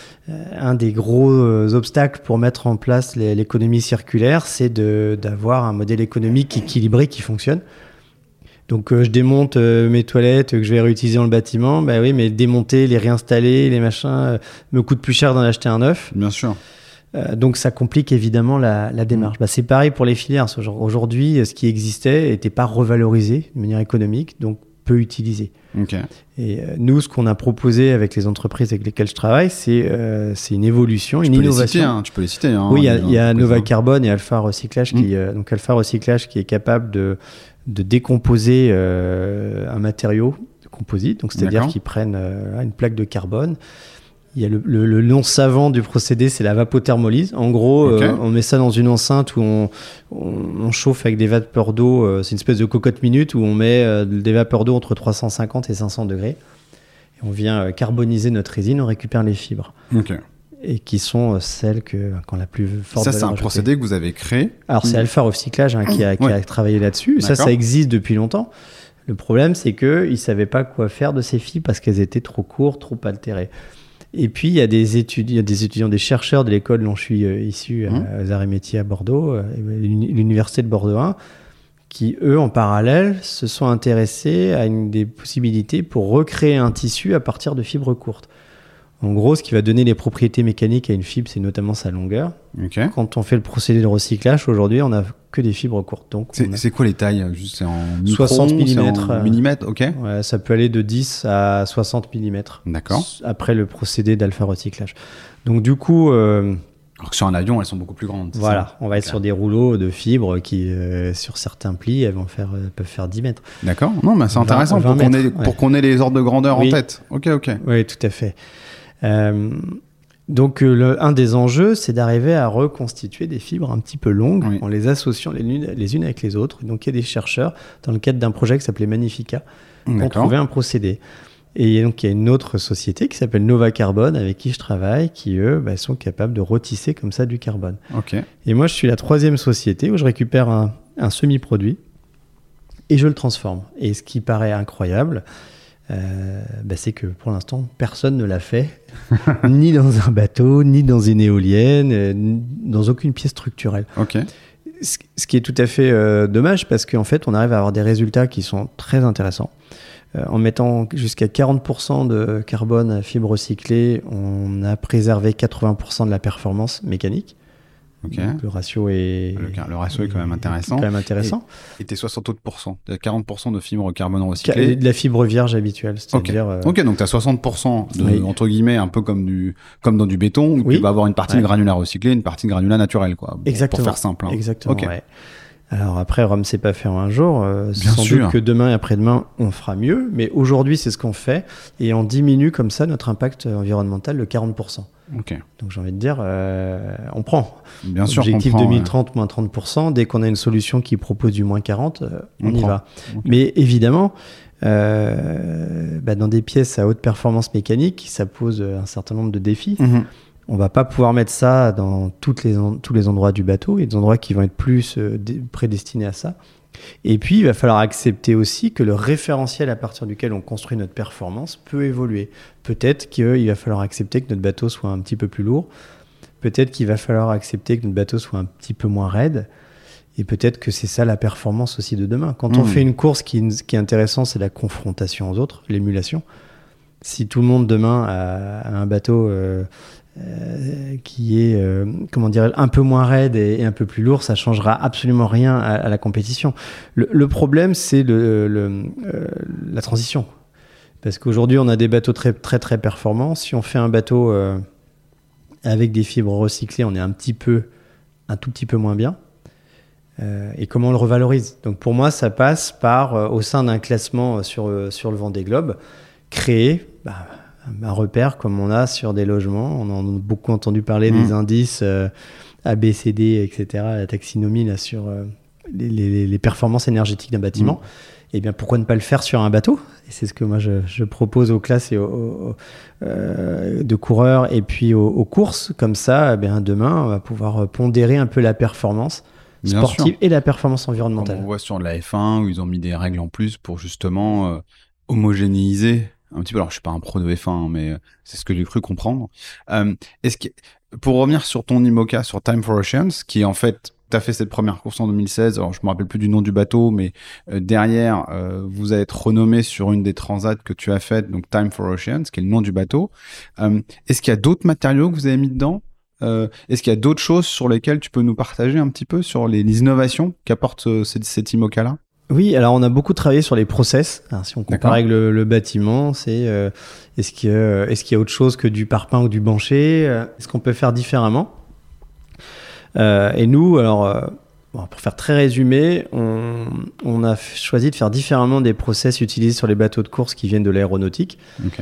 Speaker 1: Un des gros obstacles pour mettre en place l'économie circulaire, c'est d'avoir un modèle économique équilibré qui fonctionne. Donc je démonte mes toilettes que je vais réutiliser dans le bâtiment. Oui, mais démonter, les réinstaller, les machins, me coûte plus cher d'en acheter un neuf.
Speaker 2: Bien sûr.
Speaker 1: Donc ça complique évidemment la démarche. C'est pareil pour les filières. Aujourd'hui, ce qui existait n'était pas revalorisé de manière économique, donc peu utilisé.
Speaker 2: Okay.
Speaker 1: Et nous, ce qu'on a proposé avec les entreprises avec lesquelles je travaille, c'est une évolution, une innovation.
Speaker 2: Tu peux les citer.
Speaker 1: Oui, il y a Nova Carbone et Alpha Recyclage donc Alpha Recyclage qui est capable de décomposer un matériau de composite, donc c'est-à-dire qu'ils prennent une plaque de carbone. Il y a le nom savant du procédé, c'est la vapothermolyse. En gros, on met ça dans une enceinte où on chauffe avec des vapeurs d'eau. C'est une espèce de cocotte minute où on met des vapeurs d'eau entre 350 et 500 degrés. Et on vient carboniser notre résine, on récupère les fibres. Et qui sont celles quand la plus forte.
Speaker 2: Ça, c'est un procédé que vous avez créé.
Speaker 1: Alors, c'est Alpha Recyclage qui a travaillé là-dessus. Ça existe depuis longtemps. Le problème, c'est qu'ils ne savaient pas quoi faire de ces fibres parce qu'elles étaient trop courtes, trop altérées. Et puis, il y a des étudiants, des chercheurs de l'école dont je suis issu, aux Arts et Métiers à Bordeaux, l'Université de Bordeaux 1, qui, eux, en parallèle, se sont intéressés à des possibilités pour recréer un tissu à partir de fibres courtes. En gros, ce qui va donner les propriétés mécaniques à une fibre, c'est notamment sa longueur. Quand on fait le procédé de recyclage, aujourd'hui, on n'a que des fibres courtes. Donc,
Speaker 2: c'est quoi les tailles ? Juste, c'est en micron,
Speaker 1: 60 mm.
Speaker 2: Millimètres,
Speaker 1: Ouais, ça peut aller de 10 à 60 mm.
Speaker 2: D'accord.
Speaker 1: Après le procédé d'alpha recyclage. Donc du coup...
Speaker 2: Alors que sur un avion, elles sont beaucoup plus grandes.
Speaker 1: Voilà, on va être sur des rouleaux de fibres qui, sur certains plis, elles peuvent faire 10 mètres.
Speaker 2: D'accord. Non, mais c'est intéressant
Speaker 1: 20
Speaker 2: pour qu'on ait les ordres de grandeur en tête. Ok.
Speaker 1: Oui, tout à fait. Donc un des enjeux, c'est d'arriver à reconstituer des fibres un petit peu longues en les associant les unes avec les autres. Donc il y a des chercheurs, dans le cadre d'un projet qui s'appelait Magnifica, qui ont trouvé un procédé. Et donc, il y a une autre société qui s'appelle Nova Carbone avec qui je travaille, qui, eux, sont capables de rôtisser comme ça du carbone.
Speaker 2: Ok.
Speaker 1: Et moi, je suis la troisième société où je récupère un semi-produit et je le transforme. Et ce qui paraît incroyable, c'est que pour l'instant, personne ne l'a fait, ni dans un bateau, ni dans une éolienne, dans aucune pièce structurelle.
Speaker 2: Ok.
Speaker 1: Ce qui est tout à fait dommage parce qu'en fait, on arrive à avoir des résultats qui sont très intéressants. En mettant jusqu'à 40% de carbone à fibre recyclée, on a préservé 80% de la performance mécanique.
Speaker 2: Ok.
Speaker 1: Donc, le ratio est...
Speaker 2: Le ratio est quand même intéressant.
Speaker 1: Quand même intéressant.
Speaker 2: Et tes 60 autres %, 40% de fibres carbone recyclées.
Speaker 1: De la fibre vierge habituelle, c'est-à-dire...
Speaker 2: Ok, donc tu as 60% de, entre guillemets, un peu comme dans du béton, où tu vas avoir une partie de granulat recyclé, une partie de granulat naturel, quoi.
Speaker 1: Exactement.
Speaker 2: Pour faire simple. Hein.
Speaker 1: Exactement, ouais. Alors après, Rome, c'est pas fait en un jour. Sans
Speaker 2: sûr.
Speaker 1: doute que demain et après-demain, on fera mieux. Mais aujourd'hui, c'est ce qu'on fait. Et on diminue comme ça notre impact environnemental de 40%.
Speaker 2: Ok.
Speaker 1: Donc j'ai envie de dire, on prend.
Speaker 2: Bien sûr.
Speaker 1: Objectif 2030, moins 30%. Dès qu'on a une solution qui propose du moins 40, on y va.
Speaker 2: Okay.
Speaker 1: Mais évidemment, dans des pièces à haute performance mécanique, ça pose un certain nombre de défis.
Speaker 2: Mm-hmm.
Speaker 1: On va pas pouvoir mettre ça dans tous les endroits du bateau. Il y a des endroits qui vont être plus prédestinés à ça. Et puis, il va falloir accepter aussi que le référentiel à partir duquel on construit notre performance peut évoluer. Peut-être qu'il va falloir accepter que notre bateau soit un petit peu plus lourd. Peut-être qu'il va falloir accepter que notre bateau soit un petit peu moins raide. Et peut-être que c'est ça la performance aussi de demain. Quand on fait une course, qui est intéressant, c'est la confrontation aux autres, l'émulation. Si tout le monde demain a un bateau... qui est un peu moins raide et un peu plus lourd, ça changera absolument rien à la compétition. Le problème, c'est la transition. Parce qu'aujourd'hui, on a des bateaux très, très, très performants. Si on fait un bateau avec des fibres recyclées, on est un tout petit peu moins bien. Et comment on le revalorise? Donc pour moi, ça passe par, au sein d'un classement sur le Vendée Globe, créer... un repère comme on a sur des logements. On en a beaucoup entendu parler des indices A, B, C, D, etc. La taxinomie là, sur les performances énergétiques d'un bâtiment. Eh bien, pourquoi ne pas le faire sur un bateau? Et c'est ce que moi je propose aux classes et de coureurs et puis aux courses. Comme ça, demain, on va pouvoir pondérer un peu la performance sportive et la performance environnementale.
Speaker 2: Comme on voit sur la F1 où ils ont mis des règles en plus pour justement homogénéiser un petit peu. Alors, je suis pas un pro de F1, mais c'est ce que j'ai cru comprendre. Pour revenir sur ton IMOCA, sur Time for Oceans, qui en fait, tu as fait cette première course en 2016. Alors, je me rappelle plus du nom du bateau, mais derrière, vous allez être renommé sur une des transats que tu as faites, donc Time for Oceans, qui est le nom du bateau. Est-ce qu'il y a d'autres matériaux que vous avez mis dedans? Est-ce qu'il y a d'autres choses sur lesquelles tu peux nous partager un petit peu sur les innovations qu'apporte cet IMOCA-là?
Speaker 1: Oui, alors on a beaucoup travaillé sur les process. Alors, si on compare avec le bâtiment, c'est est-ce qu'il y a autre chose que du parpaing ou du bancher? Est-ce qu'on peut faire différemment? Et nous, alors pour faire très résumé, on a choisi de faire différemment des process utilisés sur les bateaux de course qui viennent de l'aéronautique,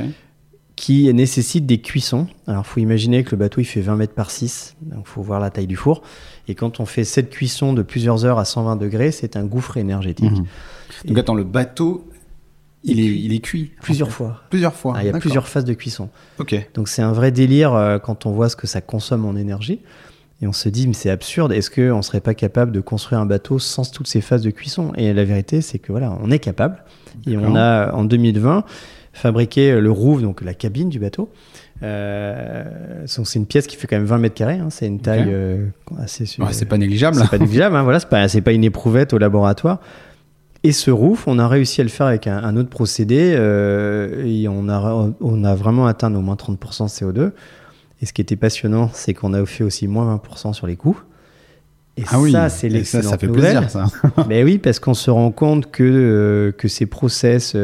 Speaker 1: qui nécessitent des cuissons. Alors il faut imaginer que le bateau il fait 20 mètres par 6, donc il faut voir la taille du four. Et quand on fait cette cuisson de plusieurs heures à 120 degrés, c'est un gouffre énergétique.
Speaker 2: Donc attends, le bateau, il est cuit
Speaker 1: plusieurs fois.
Speaker 2: Plusieurs fois.
Speaker 1: Il y a plusieurs phases de cuisson.
Speaker 2: Ok.
Speaker 1: Donc c'est un vrai délire quand on voit ce que ça consomme en énergie. Et on se dit, mais c'est absurde, est-ce qu'on ne serait pas capable de construire un bateau sans toutes ces phases de cuisson? Et la vérité, c'est que voilà, on est capable. Et on a, en 2020, fabriqué le roof, donc la cabine du bateau. C'est une pièce qui fait quand même 20 mètres carrés, hein, c'est une taille assez...
Speaker 2: c'est pas négligeable.
Speaker 1: C'est pas négligeable, hein, voilà, c'est pas une éprouvette au laboratoire. Et ce roof, on a réussi à le faire avec un autre procédé et on a vraiment atteint nos moins 30% de CO2. Et ce qui était passionnant, c'est qu'on a fait aussi moins 20% sur les coûts. Et ça, c'est l'excellente
Speaker 2: ça fait
Speaker 1: nouvelle.
Speaker 2: plaisir, ça.
Speaker 1: Mais oui, parce qu'on se rend compte que ces process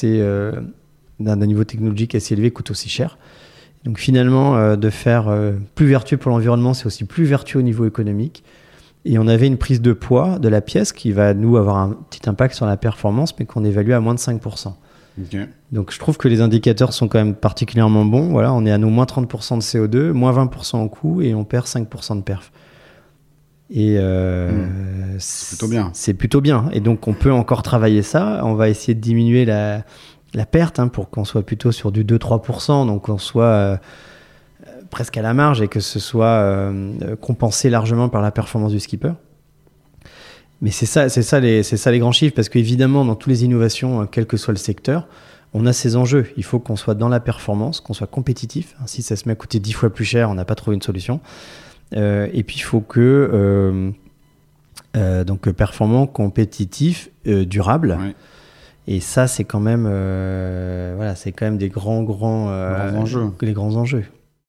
Speaker 1: d'un niveau technologique assez élevé coûtent aussi cher. Donc finalement, de faire plus vertueux pour l'environnement, c'est aussi plus vertueux au niveau économique. Et on avait une prise de poids de la pièce qui va, nous, avoir un petit impact sur la performance, mais qu'on évalue à moins de 5%.
Speaker 2: Okay.
Speaker 1: Donc je trouve que les indicateurs sont quand même particulièrement bons. Voilà, on est à nos moins 30% de CO2, moins 20% en coût, et on perd 5% de perf. Et
Speaker 2: c'est plutôt bien.
Speaker 1: C'est plutôt bien. Et donc on peut encore travailler ça. On va essayer de diminuer la perte, hein, pour qu'on soit plutôt sur du 2-3%, donc qu'on soit presque à la marge et que ce soit compensé largement par la performance du skipper. Mais c'est ça les grands chiffres, parce qu'évidemment, dans toutes les innovations, quel que soit le secteur, on a ces enjeux. Il faut qu'on soit dans la performance, qu'on soit compétitif. Si ça se met à coûter 10 fois plus cher, on n'a pas trouvé une solution. Et puis, il faut que donc performant, compétitif, durable.
Speaker 2: Ouais.
Speaker 1: Et ça, c'est quand même, c'est quand même des grands
Speaker 2: enjeux.
Speaker 1: Les grands enjeux.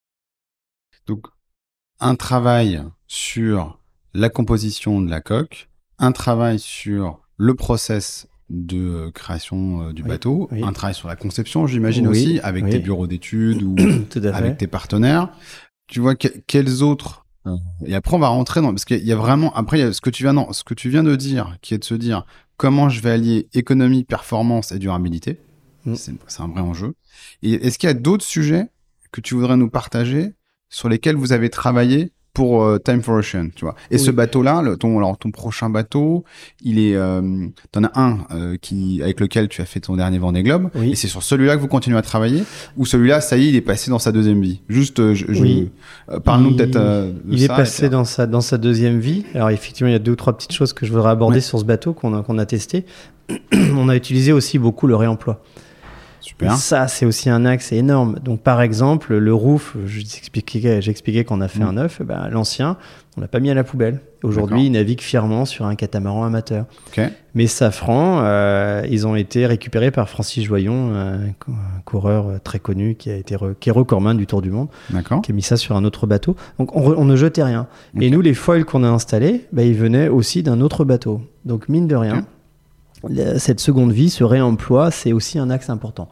Speaker 2: Donc, un travail sur la composition de la coque, un travail sur le process de création du bateau, un travail sur la conception, j'imagine aussi, avec tes bureaux d'études ou avec tes partenaires. Tu vois, quels autres... Et après, on va rentrer dans... Parce qu'il y a vraiment... Après, il y a ce que tu viens de dire, qui est de se dire comment je vais allier économie, performance et durabilité. C'est un vrai enjeu. Et est-ce qu'il y a d'autres sujets que tu voudrais nous partager sur lesquels vous avez travaillé pour Time for Ocean, tu vois. Et ce bateau-là, ton prochain bateau, il est, t'en as un avec lequel tu as fait ton dernier Vendée Globe. Oui. Et c'est sur celui-là que vous continuez à travailler, ou celui-là, ça y est, il est passé dans sa deuxième vie. Juste, parle-nous peut-être de ça.
Speaker 1: Il est passé dans sa deuxième vie. Alors effectivement, il y a 2 ou 3 petites choses que je voudrais aborder sur ce bateau qu'on a testé. On a utilisé aussi beaucoup le réemploi. Super. Ça, c'est aussi un axe énorme. Donc, par exemple, le roof, j'expliquais qu'on a fait un neuf. L'ancien, on l'a pas mis à la poubelle. Aujourd'hui, il navigue fièrement sur un catamaran amateur.
Speaker 2: Okay.
Speaker 1: Mais Safran, ils ont été récupérés par Francis Joyon, un coureur très connu qui est recordman du Tour du Monde, qui a mis ça sur un autre bateau. Donc, on ne jetait rien. Okay. Et nous, les foils qu'on a installés, ils venaient aussi d'un autre bateau. Donc, mine de rien, cette seconde vie, ce réemploi, c'est aussi un axe important.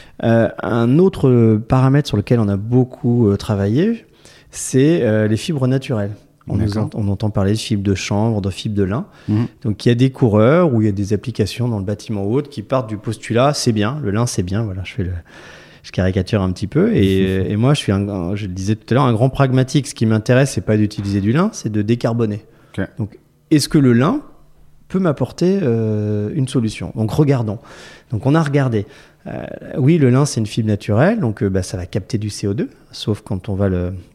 Speaker 1: Un autre paramètre sur lequel on a beaucoup travaillé, c'est les fibres naturelles. On entend parler de fibres de chanvre, de fibres de lin. Donc, il y a des coureurs ou il y a des applications dans le bâtiment ou autre qui partent du postulat, c'est bien, le lin, c'est bien. Voilà, je caricature un petit peu. Et moi, je le disais tout à l'heure, un grand pragmatique. Ce qui m'intéresse, c'est pas d'utiliser du lin, c'est de décarboner. Okay. Donc, est-ce que le lin peut m'apporter une solution? Donc, regardons. Donc, on a regardé. Oui, le lin, c'est une fibre naturelle, donc ça va capter du CO2, sauf quand on va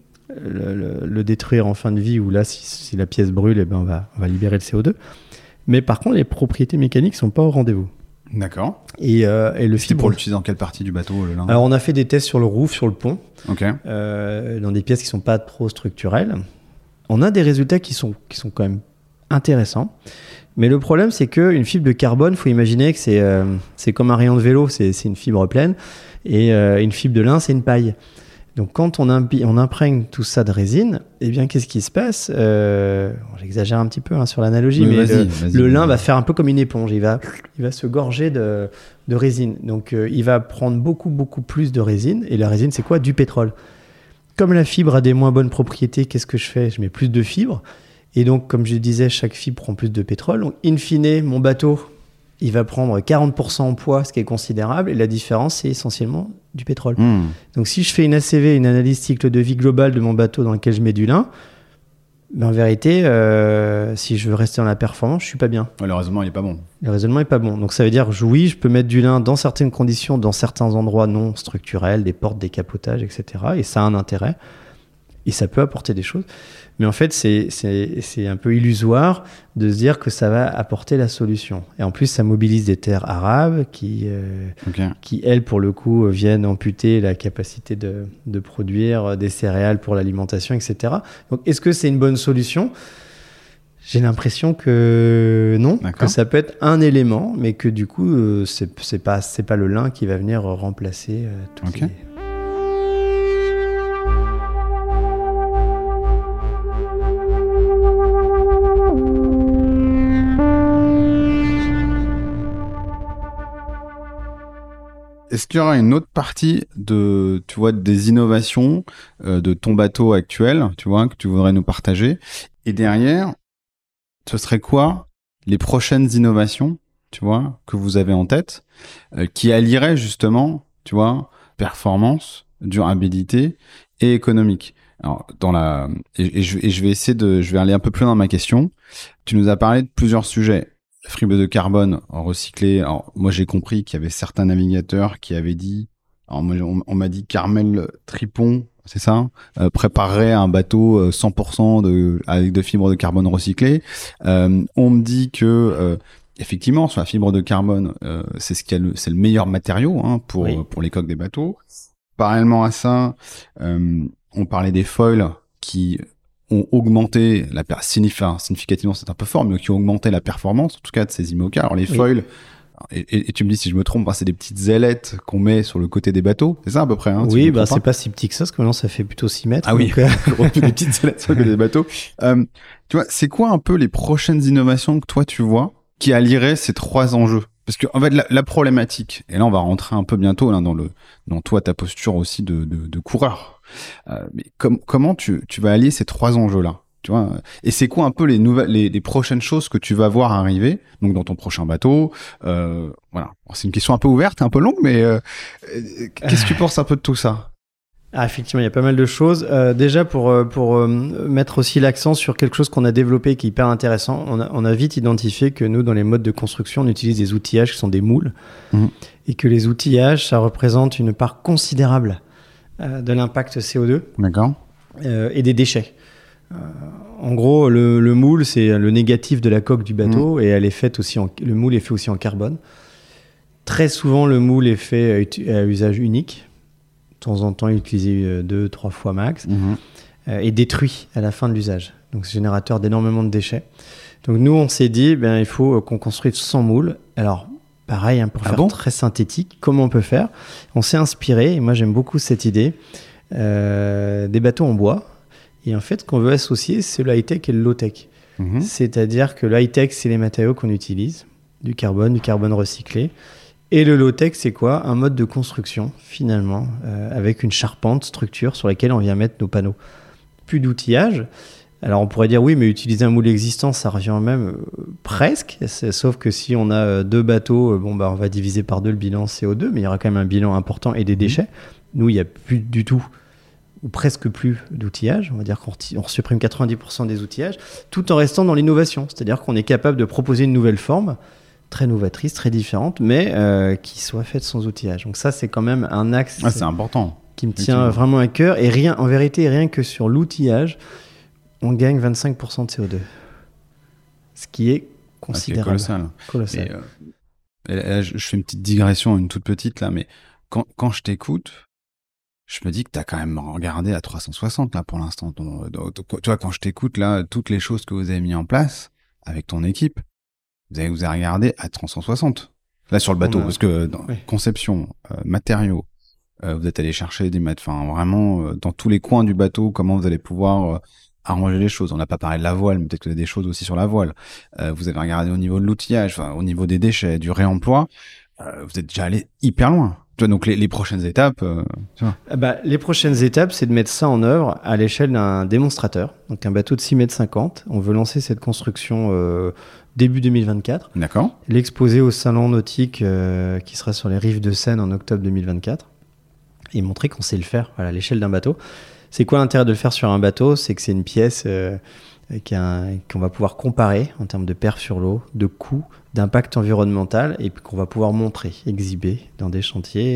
Speaker 1: le détruire en fin de vie, ou là, si la pièce brûle, on va libérer le CO2. Mais par contre, les propriétés mécaniques ne sont pas au rendez-vous.
Speaker 2: D'accord.
Speaker 1: Et le
Speaker 2: fibre... pour l'utiliser dans quelle partie du bateau, le lin?
Speaker 1: Alors, on a fait des tests sur le roof, sur le pont,
Speaker 2: okay.
Speaker 1: Dans des pièces qui ne sont pas trop structurelles. On a des résultats qui sont quand même intéressants. Mais le problème, c'est qu'une fibre de carbone, il faut imaginer que c'est comme un rayon de vélo, c'est une fibre pleine. Et une fibre de lin, c'est une paille. Donc, quand on imprègne tout ça de résine, eh bien, qu'est-ce qui se passe? J'exagère un petit peu sur l'analogie, mais le lin va faire un peu comme une éponge. Il va se gorger de résine. Donc, il va prendre beaucoup, beaucoup plus de résine. Et la résine, c'est quoi? Du pétrole. Comme la fibre a des moins bonnes propriétés, qu'est-ce que je fais? Je mets plus de fibres. Et donc, comme je disais, chaque fibre prend plus de pétrole. Donc, in fine, mon bateau, il va prendre 40% en poids, ce qui est considérable. Et la différence, c'est essentiellement du pétrole. Donc, si je fais une ACV, une analyse cycle de vie globale de mon bateau dans lequel je mets du lin, en vérité, si je veux rester dans la performance, je ne suis pas bien.
Speaker 2: Le raisonnement, il n'est pas bon.
Speaker 1: Le raisonnement n'est pas bon. Donc, ça veut dire, oui, je peux mettre du lin dans certaines conditions, dans certains endroits non structurels, des portes, des capotages, etc. Et ça a un intérêt. Et ça peut apporter des choses. Mais en fait, c'est un peu illusoire de se dire que ça va apporter la solution. Et en plus, ça mobilise des terres arabes qui elles, pour le coup, viennent amputer la capacité de produire des céréales pour l'alimentation, etc. Donc, est-ce que c'est une bonne solution? J'ai l'impression que non, que ça peut être un élément, mais que du coup, c'est pas le lin qui va venir remplacer toutes les...
Speaker 2: Est-ce qu'il y aura une autre partie des innovations de ton bateau actuel, que tu voudrais nous partager? Et derrière, ce serait quoi les prochaines innovations, que vous avez en tête, qui allieraient justement, performance, durabilité et économique? Alors, je vais aller un peu plus loin dans ma question. Tu nous as parlé de plusieurs sujets. fibre de carbone recyclée. Alors, moi, j'ai compris qu'il y avait certains navigateurs qui avaient dit, alors moi, on m'a dit Carmel Tripon, c'est ça, préparerait un bateau 100% avec de fibres de carbone recyclées. On me dit que effectivement, sur la fibre de carbone, c'est c'est le meilleur matériau pour les coques des bateaux. Parallèlement à ça, on parlait des foils qui ont augmenté significativement, c'est un peu fort, mais qui ont augmenté la performance, en tout cas de ces IMOCA. Alors les foils, et tu me dis si je me trompe, c'est des petites ailettes qu'on met sur le côté des bateaux, c'est ça à peu près
Speaker 1: Oui, c'est pas si petit que ça, parce que maintenant ça fait plutôt 6 mètres.
Speaker 2: Ah oui, des petites ailettes sur le côté des bateaux. Tu vois, c'est quoi un peu les prochaines innovations que toi tu vois qui allieraient ces 3 enjeux? Parce que en fait, la problématique, et là on va rentrer un peu bientôt dans toi ta posture aussi de coureur. Mais comment tu vas allier ces 3 enjeux-là, tu vois? Et c'est quoi un peu les prochaines choses que tu vas voir arriver, donc dans ton prochain bateau? Voilà, c'est une question un peu ouverte, un peu longue, mais qu'est-ce que tu penses un peu de tout ça?
Speaker 1: Ah, effectivement, il y a pas mal de choses. Déjà, pour mettre aussi l'accent sur quelque chose qu'on a développé qui est hyper intéressant, on a vite identifié que nous, dans les modes de construction, on utilise des outillages qui sont des moules, et que les outillages, ça représente une part considérable de l'impact CO2.
Speaker 2: D'accord.
Speaker 1: Et des déchets. En gros, le moule, c'est le négatif de la coque du bateau, et elle est faite aussi le moule est fait aussi en carbone. Très souvent, le moule est fait à usage unique. De temps en temps, utilisé 2-3 fois max, et détruit à la fin de l'usage. Donc, c'est générateur d'énormément de déchets. Donc, nous, on s'est dit, il faut qu'on construise sans moule. Alors, pareil, pour faire très synthétique, comment on peut faire? On s'est inspiré, et moi, j'aime beaucoup cette idée, des bateaux en bois. Et en fait, ce qu'on veut associer, c'est le high-tech et le low-tech. C'est-à-dire que le high-tech, c'est les matériaux qu'on utilise, du carbone recyclé. Et le low-tech, c'est quoi? Un mode de construction, finalement, avec une charpente, structure sur laquelle on vient mettre nos panneaux. Plus d'outillage. Alors, on pourrait dire, oui, mais utiliser un moule existant, ça revient même presque. Sauf que si on a 2 bateaux, on va diviser par 2 le bilan CO2, mais il y aura quand même un bilan important et des déchets. Nous, il n'y a plus du tout, ou presque plus d'outillage. On va dire qu'on supprime 90% des outillages, tout en restant dans l'innovation. C'est-à-dire qu'on est capable de proposer une nouvelle forme, très novatrice, très différente, mais qui soit faite sans outillage. Donc ça, c'est quand même un axe
Speaker 2: c'est important,
Speaker 1: qui me tient vraiment à cœur. Et en vérité, rien que sur l'outillage, on gagne 25% de CO2. Ce qui est considérable.
Speaker 2: C'est colossal. Et là, je fais une petite digression, une toute petite, là, mais quand je t'écoute, je me dis que tu as quand même regardé à 360 là pour l'instant. Tu vois, quand je t'écoute là, toutes les choses que vous avez mis en place avec ton équipe, vous avez regardé à 360 là sur le bateau, parce que conception, matériaux, vous êtes allé chercher vraiment dans tous les coins du bateau, comment vous allez pouvoir arranger les choses. On n'a pas parlé de la voile, mais peut-être que vous avez des choses aussi sur la voile. Vous avez regardé au niveau de l'outillage, au niveau des déchets, du réemploi. Vous êtes déjà allé hyper loin. Donc les prochaines étapes, tu vois.
Speaker 1: Les prochaines étapes, c'est de mettre ça en œuvre à l'échelle d'un démonstrateur, donc un bateau de 6,50 m. On veut lancer cette construction début 2024.
Speaker 2: D'accord.
Speaker 1: L'exposer au salon nautique qui sera sur les rives de Seine en octobre 2024 et montrer qu'on sait le faire à l'échelle d'un bateau. C'est quoi l'intérêt de le faire sur un bateau? C'est que c'est une pièce qu'on va pouvoir comparer en termes de perf sur l'eau, de coût, d'impact environnemental, et puis qu'on va pouvoir montrer, exhiber dans des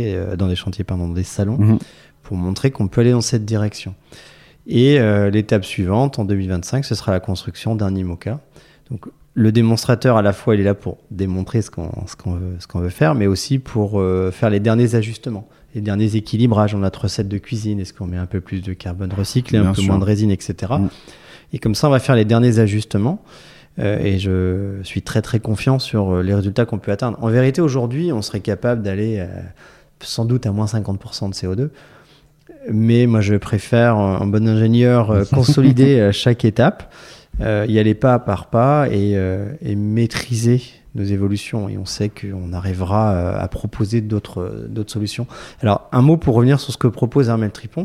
Speaker 1: salons, pour montrer qu'on peut aller dans cette direction. Et l'étape suivante, en 2025, ce sera la construction d'un IMOCA. Donc le démonstrateur, à la fois, il est là pour démontrer ce qu'on veut faire, mais aussi pour faire les derniers ajustements, les derniers équilibrages dans notre recette de cuisine. Est-ce qu'on met un peu plus de carbone recyclé, un peu moins de résine, etc. Et comme ça, on va faire les derniers ajustements. Et je suis très très confiant sur les résultats qu'on peut atteindre. En vérité, aujourd'hui, on serait capable d'aller sans doute à moins 50% de CO2. Mais moi, je préfère, en bon ingénieur, consolider chaque étape, y aller pas par pas et maîtriser nos évolutions. Et on sait qu'on arrivera à proposer d'autres solutions. Alors, un mot pour revenir sur ce que propose Armel Tripon.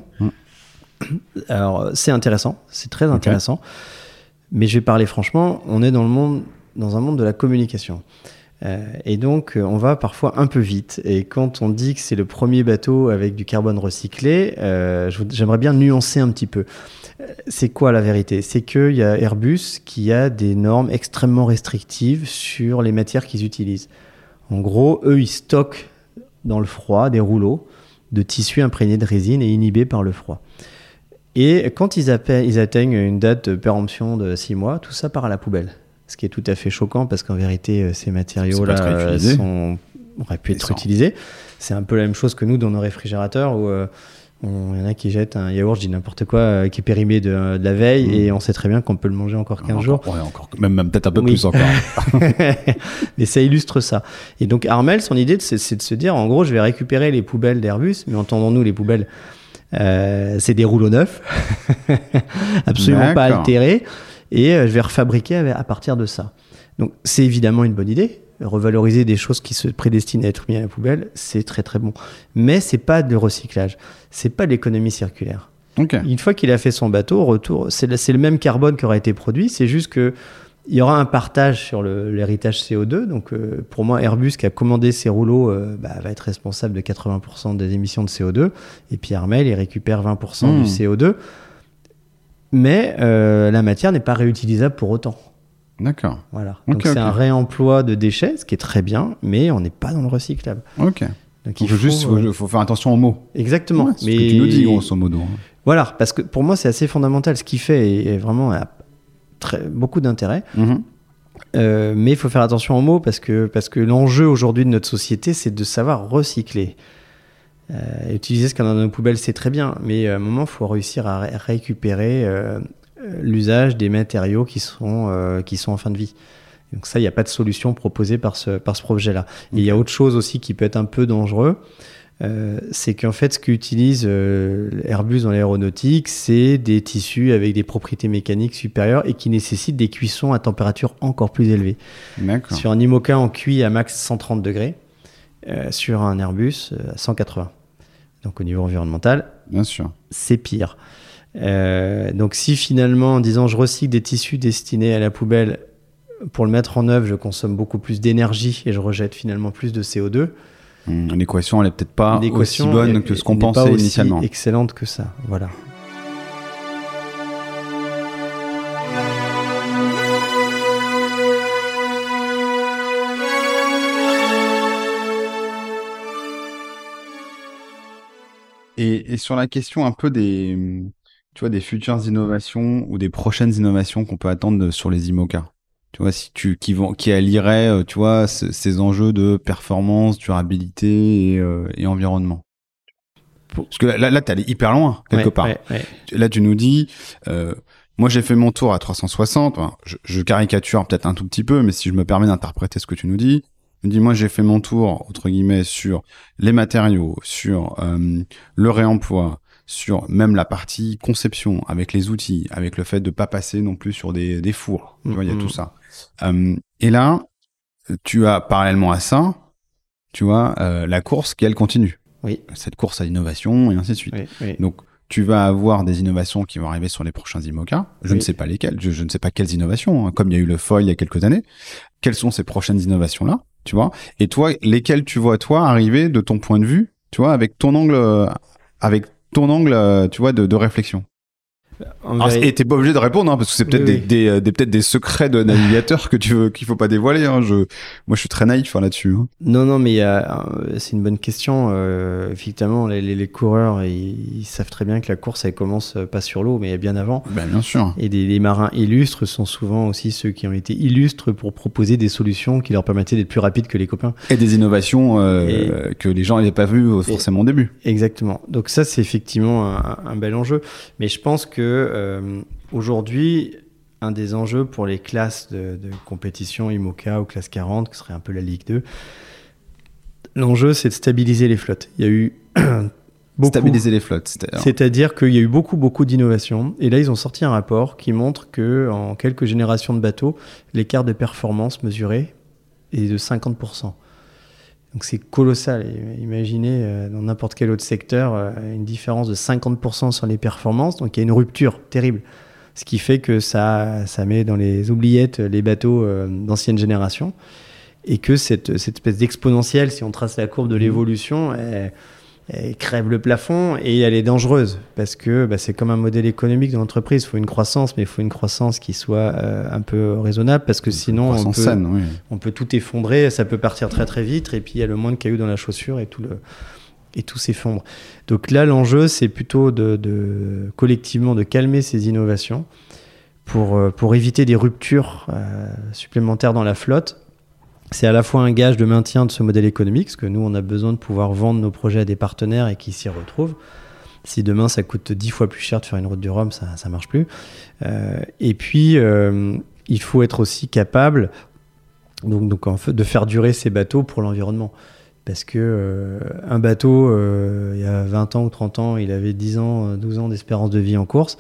Speaker 1: Alors, c'est intéressant, c'est très intéressant. Mais je vais parler franchement, on est dans un monde de la communication. Et donc, on va parfois un peu vite. Et quand on dit que c'est le premier bateau avec du carbone recyclé, j'aimerais bien nuancer un petit peu. C'est quoi la vérité? C'est qu'il y a Airbus qui a des normes extrêmement restrictives sur les matières qu'ils utilisent. En gros, eux, ils stockent dans le froid des rouleaux de tissu imprégné de résine et inhibés par le froid. Et quand ils atteignent une date de péremption de 6 mois, tout ça part à la poubelle. Ce qui est tout à fait choquant parce qu'en vérité, ces matériaux-là auraient pu être utilisés. C'est un peu la même chose que nous dans nos réfrigérateurs où il y en a qui jettent un yaourt, je dis n'importe quoi, qui est périmé de la veille et on sait très bien qu'on peut le manger encore 15 jours.
Speaker 2: Ouais, encore, même peut-être un peu plus encore.
Speaker 1: Mais ça illustre ça. Et donc Armel, son idée, c'est de se dire, en gros, je vais récupérer les poubelles d'Airbus, mais entendons-nous, les poubelles, c'est des rouleaux neufs, absolument pas altérés. Et je vais refabriquer à partir de ça. Donc, c'est évidemment une bonne idée. Revaloriser des choses qui se prédestinent à être mises à la poubelle, c'est très très bon. Mais c'est pas de recyclage. C'est pas de l'économie circulaire.
Speaker 2: Okay.
Speaker 1: Une fois qu'il a fait son bateau, au retour, c'est le même carbone qui aura été produit. C'est juste que il y aura un partage sur l'héritage CO2. Donc, pour moi, Airbus qui a commandé ces rouleaux va être responsable de 80% des émissions de CO2. Et puis Armel, il récupère 20% du CO2. Mais la matière n'est pas réutilisable pour autant.
Speaker 2: D'accord.
Speaker 1: Voilà. Donc c'est un réemploi de déchets, ce qui est très bien, mais on n'est pas dans le recyclable.
Speaker 2: Ok. Donc il faut faire attention aux mots.
Speaker 1: Exactement.
Speaker 2: Ouais, c'est ce que tu nous dis, grosso modo.
Speaker 1: Voilà, parce que pour moi c'est assez fondamental. Ce qu'il fait est vraiment beaucoup d'intérêt. Mais il faut faire attention aux mots parce que l'enjeu aujourd'hui de notre société, c'est de savoir recycler. Utiliser ce qu'on a dans nos poubelles, c'est très bien, mais à un moment, il faut réussir à récupérer l'usage des matériaux qui sont en fin de vie. Donc ça, il n'y a pas de solution proposée par ce projet-là. Et il y a autre chose aussi qui peut être un peu dangereux, c'est qu'en fait, ce qu'utilise Airbus dans l'aéronautique, c'est des tissus avec des propriétés mécaniques supérieures et qui nécessitent des cuissons à température encore plus élevée.
Speaker 2: D'accord.
Speaker 1: Sur un IMOCA, on cuit à max 130 degrés. Sur un Airbus à 180. Donc au niveau environnemental,
Speaker 2: bien sûr,
Speaker 1: c'est pire. Donc si finalement, en disant je recycle des tissus destinés à la poubelle, pour le mettre en œuvre, je consomme beaucoup plus d'énergie et je rejette finalement plus de CO2.
Speaker 2: L'équation, elle n'est peut-être pas aussi bonne que ce qu'on pensait initialement.
Speaker 1: Aussi excellente que ça, voilà.
Speaker 2: Et sur la question un peu des futures innovations ou des prochaines innovations qu'on peut attendre sur les IMOCA, tu vois, qui allieraient, tu vois, ces enjeux de performance, durabilité et environnement. Parce que là t'es allé hyper loin quelque part. Ouais. Là tu nous dis, moi j'ai fait mon tour à 360. Enfin, je caricature peut-être un tout petit peu, mais si je me permets d'interpréter ce que tu nous dis. Dis-moi, j'ai fait mon tour, entre guillemets, sur les matériaux, sur le réemploi, sur même la partie conception, avec les outils, avec le fait de pas passer non plus sur des fours. Tu vois, il y a tout ça. Et là, tu as, parallèlement à ça, tu vois, la course qui, elle, continue.
Speaker 1: Oui.
Speaker 2: Cette course à l'innovation et ainsi de suite.
Speaker 1: Oui.
Speaker 2: Donc, tu vas avoir des innovations qui vont arriver sur les prochains IMOCA. Je ne sais pas lesquelles. Je ne sais pas quelles innovations, hein, comme il y a eu le foil il y a quelques années. Quelles sont ces prochaines innovations-là? Tu vois, et toi, lesquels tu vois toi arriver de ton point de vue, tu vois, avec ton angle, tu vois, de réflexion. Et t'es pas obligé de répondre, hein, parce que c'est peut-être peut-être des secrets de navigateur qu'il faut pas dévoiler. Hein. Moi, je suis très naïf là-dessus. Hein.
Speaker 1: Non, mais c'est une bonne question. Effectivement, les coureurs, ils savent très bien que la course, elle commence pas sur l'eau, mais bien avant.
Speaker 2: Ben, bien sûr.
Speaker 1: Et les marins illustres sont souvent aussi ceux qui ont été illustres pour proposer des solutions qui leur permettaient d'être plus rapides que les copains.
Speaker 2: Et des innovations que les gens n'avaient pas vues forcément au début.
Speaker 1: Exactement. Donc ça, c'est effectivement un bel enjeu. Mais je pense que aujourd'hui, un des enjeux pour les classes de compétition IMOCA ou classe 40, qui serait un peu la Ligue 2, l'enjeu, c'est de stabiliser les flottes. Il y a eu
Speaker 2: stabiliser les flottes,
Speaker 1: c'est-à-dire qu'il y a eu beaucoup d'innovations. Et là, ils ont sorti un rapport qui montre qu'en quelques générations de bateaux, l'écart de performance mesuré est de 50%. Donc c'est colossal. Imaginez dans n'importe quel autre secteur une différence de 50% sur les performances. Donc il y a une rupture terrible. Ce qui fait que ça met dans les oubliettes les bateaux d'ancienne génération. et que cette espèce d'exponentielle, si on trace la courbe de l'évolution, elle crève le plafond et elle est dangereuse parce que c'est comme un modèle économique de l'entreprise. Il faut une croissance, mais il faut une croissance qui soit un peu raisonnable parce que sinon on peut tout effondrer, ça peut partir très très vite et puis il y a le moindre caillou dans la chaussure et tout s'effondre. Donc là, l'enjeu, c'est plutôt collectivement de calmer ces innovations pour éviter des ruptures supplémentaires dans la flotte. C'est à la fois un gage de maintien de ce modèle économique, parce que nous, on a besoin de pouvoir vendre nos projets à des partenaires et qu'ils s'y retrouvent. Si demain, ça coûte 10 fois plus cher de faire une route du Rhum, ça ne marche plus. Et puis, il faut être aussi capable donc en fait, de faire durer ces bateaux pour l'environnement. Parce que un bateau, il y a 20 ans ou 30 ans, il avait 10 ans, 12 ans d'espérance de vie en course.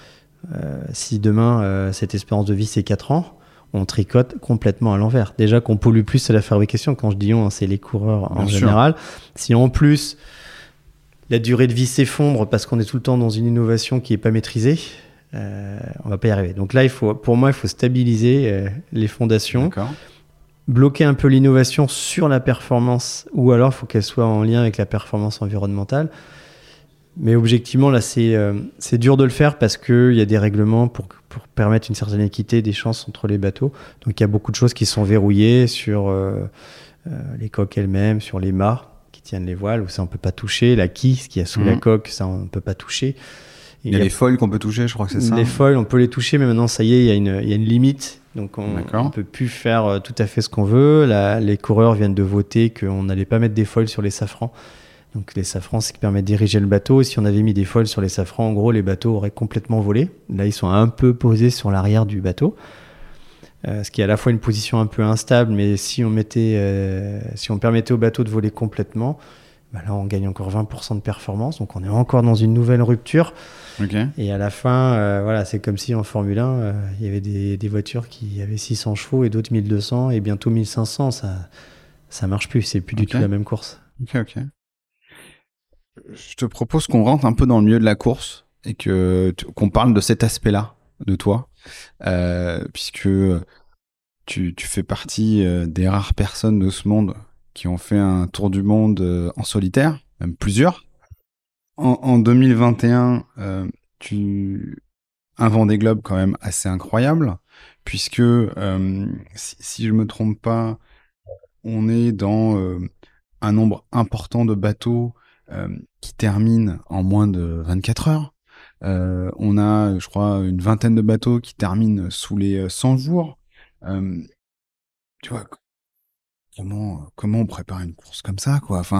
Speaker 1: Si demain, cette espérance de vie, c'est 4 ans, on tricote complètement à l'envers. Déjà qu'on pollue plus à la fabrication. Quand je dis on, c'est les coureurs en général. Si en plus, la durée de vie s'effondre parce qu'on est tout le temps dans une innovation qui n'est pas maîtrisée, on va pas y arriver. Donc là, pour moi, il faut stabiliser les fondations.
Speaker 2: D'accord.
Speaker 1: Bloquer un peu l'innovation sur la performance, ou alors il faut qu'elle soit en lien avec la performance environnementale. Mais objectivement, là, c'est dur de le faire parce qu'il y a des règlements pour permettre une certaine équité des chances entre les bateaux. Donc il y a beaucoup de choses qui sont verrouillées sur les coques elles-mêmes, sur les mâts qui tiennent les voiles, où ça on ne peut pas toucher. La quille, ce qu'il y a sous la coque, ça on ne peut pas toucher.
Speaker 2: Il y a les foils qu'on peut toucher, je crois que c'est ça.
Speaker 1: Les foils, on peut les toucher, mais maintenant, ça y est, il y a une limite. Donc, on ne peut plus faire tout à fait ce qu'on veut. Les coureurs viennent de voter qu'on n'allait pas mettre des foils sur les safrans. Donc, les safrans, c'est ce qui permet de diriger le bateau. Et si on avait mis des foils sur les safrans, en gros, les bateaux auraient complètement volé. Là, ils sont un peu posés sur l'arrière du bateau. Ce qui est à la fois une position un peu instable, mais si on permettait au bateau de voler complètement, là, on gagne encore 20% de performance. Donc, on est encore dans une nouvelle rupture.
Speaker 2: Okay.
Speaker 1: Et à la fin, c'est comme si en Formule 1, il y avait des voitures qui avaient 600 chevaux et d'autres 1200 et bientôt 1500. Ça marche plus. C'est plus du tout la même course.
Speaker 2: Ok. Je te propose qu'on rentre un peu dans le milieu de la course et qu'on parle de cet aspect-là de toi, puisque tu fais partie des rares personnes de ce monde qui ont fait un tour du monde en solitaire, même plusieurs. En 2021, un Vendée Globe quand même assez incroyable, puisque si je me trompe pas, on est dans un nombre important de bateaux qui terminent en moins de 24 heures. On a, je crois, une vingtaine de bateaux qui terminent sous les 100 jours. Tu vois, comment on prépare une course comme ça, quoi. Enfin,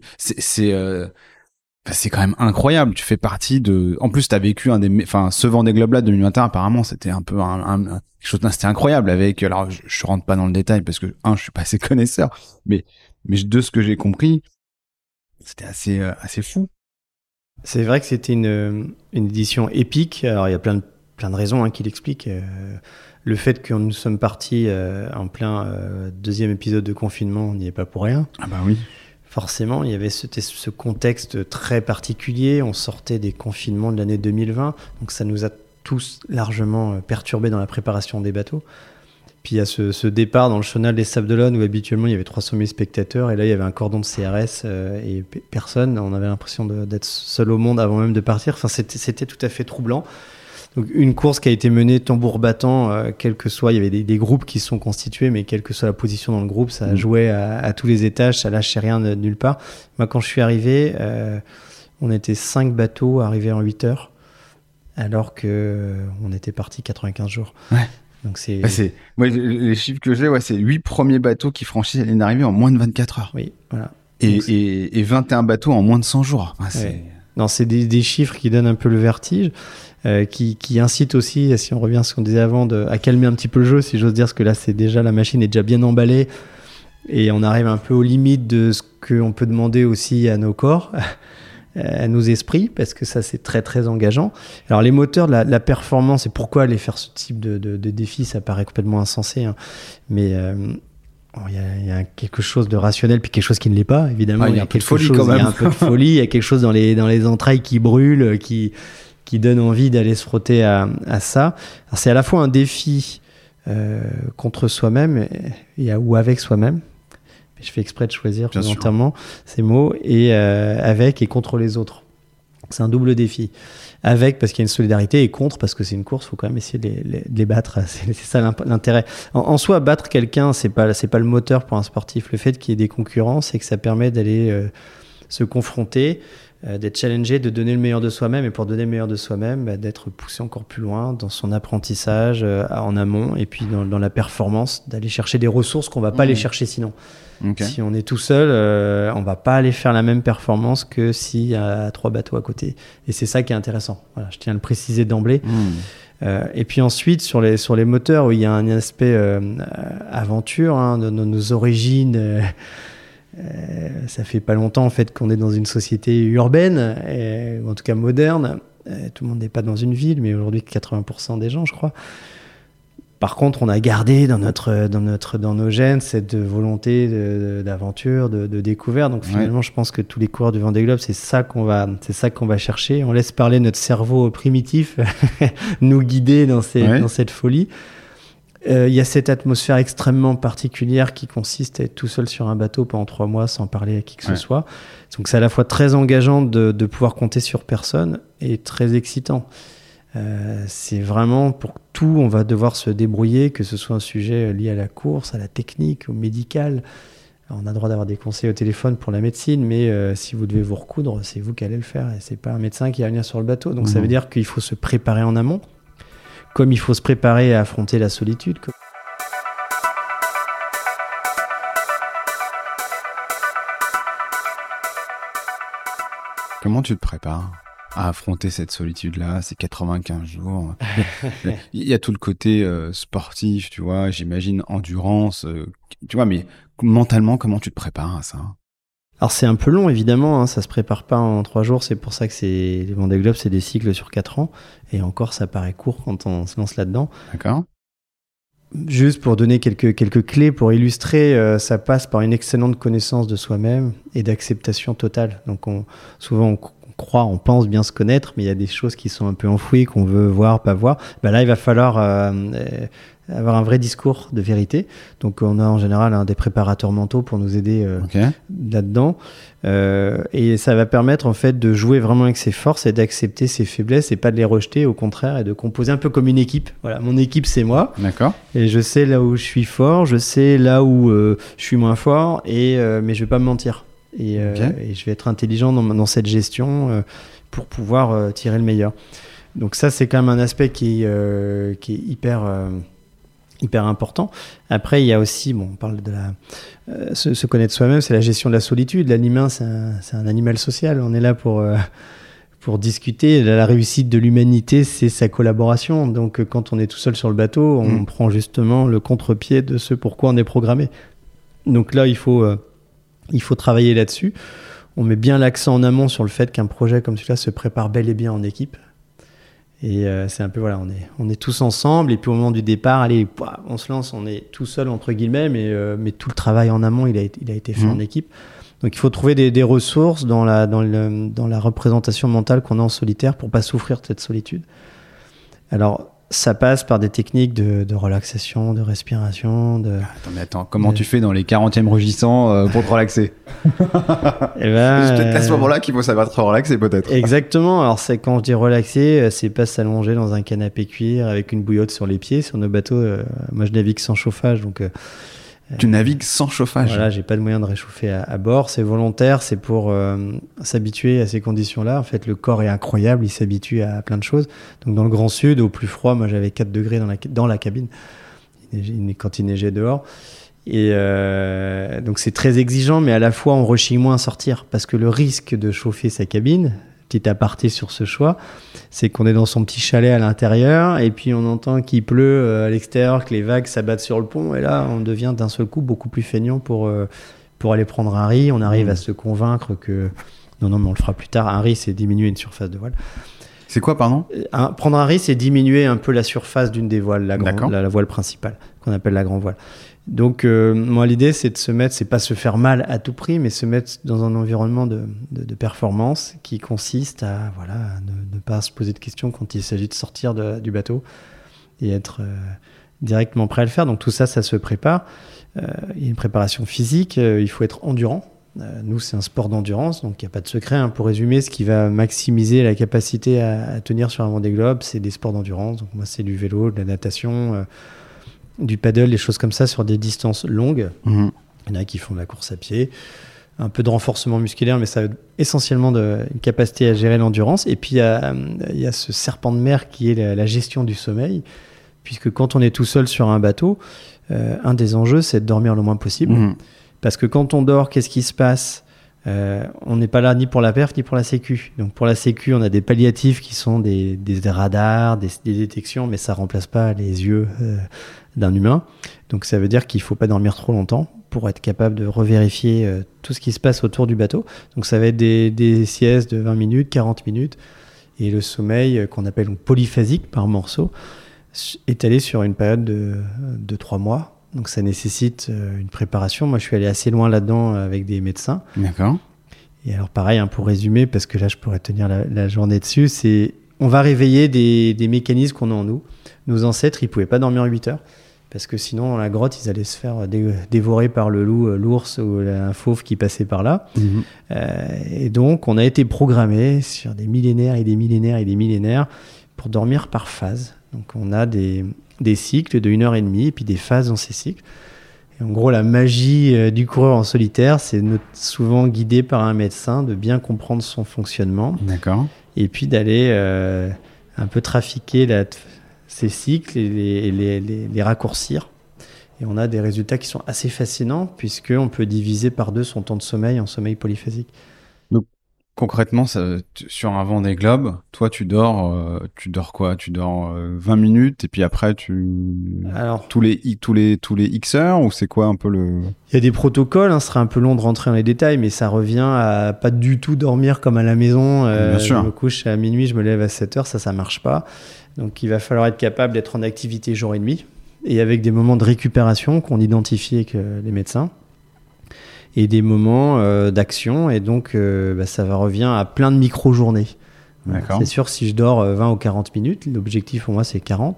Speaker 2: c'est quand même incroyable. Tu fais partie de. En plus, t'as vécu ce Vendée Globe là 2021. Apparemment, c'était un peu quelque chose. C'était incroyable. Alors, je rentre pas dans le détail parce que je suis pas assez connaisseur. Mais de ce que j'ai compris, c'était assez fou.
Speaker 1: C'est vrai que c'était une édition épique. Alors, il y a plein de raisons qui l'expliquent. Le fait que nous sommes partis en plein deuxième épisode de confinement, on n'y est pas pour rien.
Speaker 2: Ah bah oui.
Speaker 1: Forcément, il y avait ce contexte très particulier. On sortait des confinements de l'année 2020. Donc ça nous a tous largement perturbés dans la préparation des bateaux. Puis il y a ce départ dans le Chenal des Sables d'Olonne où habituellement il y avait 300 000 spectateurs. Et là, il y avait un cordon de CRS et personne. On avait l'impression d'être seul au monde avant même de partir. Enfin, c'était tout à fait troublant. Donc une course qui a été menée tambour battant, quel que soit, il y avait des groupes qui se sont constitués, mais quelle que soit la position dans le groupe, ça jouait à tous les étages, ça lâchait rien de nulle part. Moi, quand je suis arrivé, on était 5 bateaux arrivés en 8 heures, alors qu'on était parti 95 jours.
Speaker 2: Ouais.
Speaker 1: Donc
Speaker 2: moi, les chiffres que j'ai, c'est 8 premiers bateaux qui franchissent la ligne d'arrivée en moins de 24 heures.
Speaker 1: Oui, voilà.
Speaker 2: Et 21 bateaux en moins de 100 jours.
Speaker 1: Non, c'est des chiffres qui donnent un peu le vertige. Qui incite aussi, si on revient à ce qu'on disait avant, à calmer un petit peu le jeu, si j'ose dire, parce que là, la machine est déjà bien emballée et on arrive un peu aux limites de ce qu'on peut demander aussi à nos corps, à nos esprits, parce que ça, c'est très, très engageant. Alors, les moteurs, la performance, et pourquoi aller faire ce type de défi, ça paraît complètement insensé, mais il y a quelque chose de rationnel, puis quelque chose qui ne l'est pas, évidemment.
Speaker 2: Il y a un peu de folie quand même.
Speaker 1: Il y a un peu de folie, il y a quelque chose dans les entrailles qui brûlent, qui donne envie d'aller se frotter à ça. Alors, c'est à la fois un défi contre soi-même ou avec soi-même. Je fais exprès de choisir volontairement ces mots, et avec et contre les autres. C'est un double défi. Avec, parce qu'il y a une solidarité, et contre, parce que c'est une course, il faut quand même essayer de les battre. C'est ça l'intérêt. En soi, battre quelqu'un, c'est pas le moteur pour un sportif. Le fait qu'il y ait des concurrents, c'est que ça permet d'aller se confronter, d'être challengé, de donner le meilleur de soi-même, et pour donner le meilleur de soi-même, d'être poussé encore plus loin dans son apprentissage en amont, et puis dans la performance, d'aller chercher des ressources qu'on va pas aller chercher sinon. Okay. Si on est tout seul, on va pas aller faire la même performance que s'il y a 3 bateaux à côté. Et c'est ça qui est intéressant. Voilà, je tiens à le préciser d'emblée. Et puis ensuite, sur les moteurs, où il y a un aspect aventure, de nos origines. Ça fait pas longtemps en fait qu'on est dans une société urbaine, ou en tout cas moderne. Tout le monde n'est pas dans une ville, mais aujourd'hui 80% des gens, je crois. Par contre, on a gardé dans nos gènes cette volonté d'aventure, de découverte. Donc finalement, je pense que tous les coureurs du Vendée Globe, c'est ça qu'on va chercher. On laisse parler notre cerveau primitif nous guider dans cette folie. Il y a cette atmosphère extrêmement particulière qui consiste à être tout seul sur un bateau pendant 3 mois sans parler à qui que ce soit. Donc c'est à la fois très engageant de pouvoir compter sur personne et très excitant. C'est vraiment pour tout, on va devoir se débrouiller, que ce soit un sujet lié à la course, à la technique, au médical. Alors, on a le droit d'avoir des conseils au téléphone pour la médecine, mais si vous devez vous recoudre, c'est vous qui allez le faire, et c'est pas un médecin qui va venir sur le bateau. Donc ça veut dire qu'il faut se préparer en amont, comme il faut se préparer à affronter la solitude.
Speaker 2: Comment tu te prépares à affronter cette solitude-là, ces 95 jours? Il y a tout le côté sportif, tu vois, j'imagine, endurance, tu vois, mais mentalement, comment tu te prépares à ça?
Speaker 1: Alors c'est un peu long, évidemment, ça se prépare pas en 3 jours, c'est pour ça que les Vendée Globe, c'est des cycles sur 4 ans, et encore ça paraît court quand on se lance là-dedans.
Speaker 2: D'accord.
Speaker 1: Juste pour donner quelques clés pour illustrer, ça passe par une excellente connaissance de soi-même et d'acceptation totale. Donc souvent on pense bien se connaître, mais il y a des choses qui sont un peu enfouies, qu'on veut voir, pas voir. Là, il va falloir avoir un vrai discours de vérité. Donc, on a en général des préparateurs mentaux pour nous aider là-dedans. Et ça va permettre, en fait, de jouer vraiment avec ses forces et d'accepter ses faiblesses et pas de les rejeter, au contraire, et de composer un peu comme une équipe. Voilà, mon équipe, c'est moi.
Speaker 2: D'accord.
Speaker 1: Et je sais là où je suis fort, je sais là où je suis moins fort, mais je vais pas me mentir. Et je vais être intelligent dans cette gestion pour pouvoir tirer le meilleur. Donc ça, c'est quand même un aspect qui est hyper important. Après, il y a aussi, on parle de se connaître soi-même, c'est la gestion de la solitude. L'animal, c'est un animal social. On est là pour discuter. La réussite de l'humanité, c'est sa collaboration. Donc quand on est tout seul sur le bateau, on prend justement le contre-pied de ce pourquoi on est programmé. Donc là, il faut travailler là-dessus. On met bien l'accent en amont sur le fait qu'un projet comme celui-là se prépare bel et bien en équipe. Et c'est un peu, voilà, on est tous ensemble. Et puis au moment du départ, allez, on se lance, on est tout seul, entre guillemets, mais tout le travail en amont, il a été fait en équipe. Donc il faut trouver des ressources dans la représentation mentale qu'on a en solitaire pour pas souffrir de cette solitude. Alors, ça passe par des techniques de relaxation, de respiration.
Speaker 2: Attends, comment tu fais dans les 40e rugissants pour te relaxer? C'est peut-être à ce moment-là qu'il faut savoir te relaxer, peut-être.
Speaker 1: Exactement. Alors, quand je dis relaxer, c'est pas s'allonger dans un canapé cuir avec une bouillotte sur les pieds. Sur nos bateaux, moi, je navigue sans chauffage, donc...
Speaker 2: Tu navigues sans chauffage?
Speaker 1: Voilà, j'ai pas de moyen de réchauffer à bord. C'est volontaire, c'est pour s'habituer à ces conditions-là. En fait, le corps est incroyable, il s'habitue à plein de choses. Donc, dans le Grand Sud, au plus froid, moi, j'avais 4 degrés dans la cabine quand il neigeait dehors. Et donc, c'est très exigeant, mais à la fois, on rechigne moins à sortir parce que le risque de chauffer sa cabine, petit aparté sur ce choix, c'est qu'on est dans son petit chalet à l'intérieur et puis on entend qu'il pleut à l'extérieur, que les vagues s'abattent sur le pont et là on devient d'un seul coup beaucoup plus feignant pour aller prendre un riz. On arrive à se convaincre que non mais on le fera plus tard. Un riz, c'est diminuer une surface de voile.
Speaker 2: C'est quoi, pardon?
Speaker 1: Prendre un riz, c'est diminuer un peu la surface d'une des voiles, la voile principale qu'on appelle la grand voile. Donc, moi, l'idée, c'est de c'est pas se faire mal à tout prix, mais se mettre dans un environnement de performance qui consiste à, ne pas se poser de questions quand il s'agit de sortir du bateau et être directement prêt à le faire. Donc tout ça, ça se prépare. Il y a une préparation physique, il faut être endurant. Nous, c'est un sport d'endurance, donc il n'y a pas de secret. Pour résumer, ce qui va maximiser la capacité à tenir sur un Vendée Globe, c'est des sports d'endurance. Donc moi, c'est du vélo, de la natation, du paddle, des choses comme ça sur des distances longues. Il y en a qui font de la course à pied, un peu de renforcement musculaire, mais ça a essentiellement une capacité à gérer l'endurance. Et puis, il y a ce serpent de mer qui est la gestion du sommeil, puisque quand on est tout seul sur un bateau, un des enjeux, c'est de dormir le moins possible. Parce que quand on dort, qu'est-ce qui se passe ? On n'est pas là ni pour la perf, ni pour la sécu. Donc pour la sécu, on a des palliatifs qui sont des radars, des détections, mais ça ne remplace pas les yeux d'un humain. Donc ça veut dire qu'il ne faut pas dormir trop longtemps pour être capable de revérifier tout ce qui se passe autour du bateau. Donc ça va être des siestes de 20 minutes, 40 minutes. Et le sommeil, qu'on appelle polyphasique par morceau, étalé sur une période de 3 mois. Donc ça nécessite une préparation. Moi, je suis allé assez loin là-dedans avec des médecins.
Speaker 2: D'accord.
Speaker 1: Et alors pareil, pour résumer, parce que là, je pourrais tenir la journée dessus, on va réveiller des mécanismes qu'on a en nous. Nos ancêtres, ils ne pouvaient pas dormir 8 heures, parce que sinon, dans la grotte, ils allaient se faire dévorer par le loup, l'ours ou un fauve qui passait par là. Et donc, on a été programmés sur des millénaires et des millénaires et des millénaires pour dormir par phase. Donc on a des cycles de 1h30 et puis des phases dans ces cycles. Et en gros, la magie du coureur en solitaire, c'est souvent guidé par un médecin, de bien comprendre son fonctionnement.
Speaker 2: D'accord.
Speaker 1: Et puis d'aller un peu trafiquer ces cycles et les raccourcir. Et on a des résultats qui sont assez fascinants, puisqu'on peut diviser par 2 son temps de sommeil en sommeil polyphasique.
Speaker 2: Donc concrètement, sur un Vendée Globe, toi tu dors quoi ? Tu dors 20 minutes et puis après
Speaker 1: Alors,
Speaker 2: tous les X heures, ou c'est quoi un peu le...
Speaker 1: Il y a des protocoles, ce serait un peu long de rentrer dans les détails, mais ça revient à pas du tout dormir comme à la maison.
Speaker 2: Bien sûr.
Speaker 1: Je me couche à minuit, je me lève à 7 heures, ça marche pas. Donc il va falloir être capable d'être en activité jour et nuit, et avec des moments de récupération qu'on identifie avec les médecins, et des moments d'action, et donc ça revient à plein de micro-journées.
Speaker 2: D'accord.
Speaker 1: C'est sûr, si je dors 20 ou 40 minutes, l'objectif pour moi c'est 40.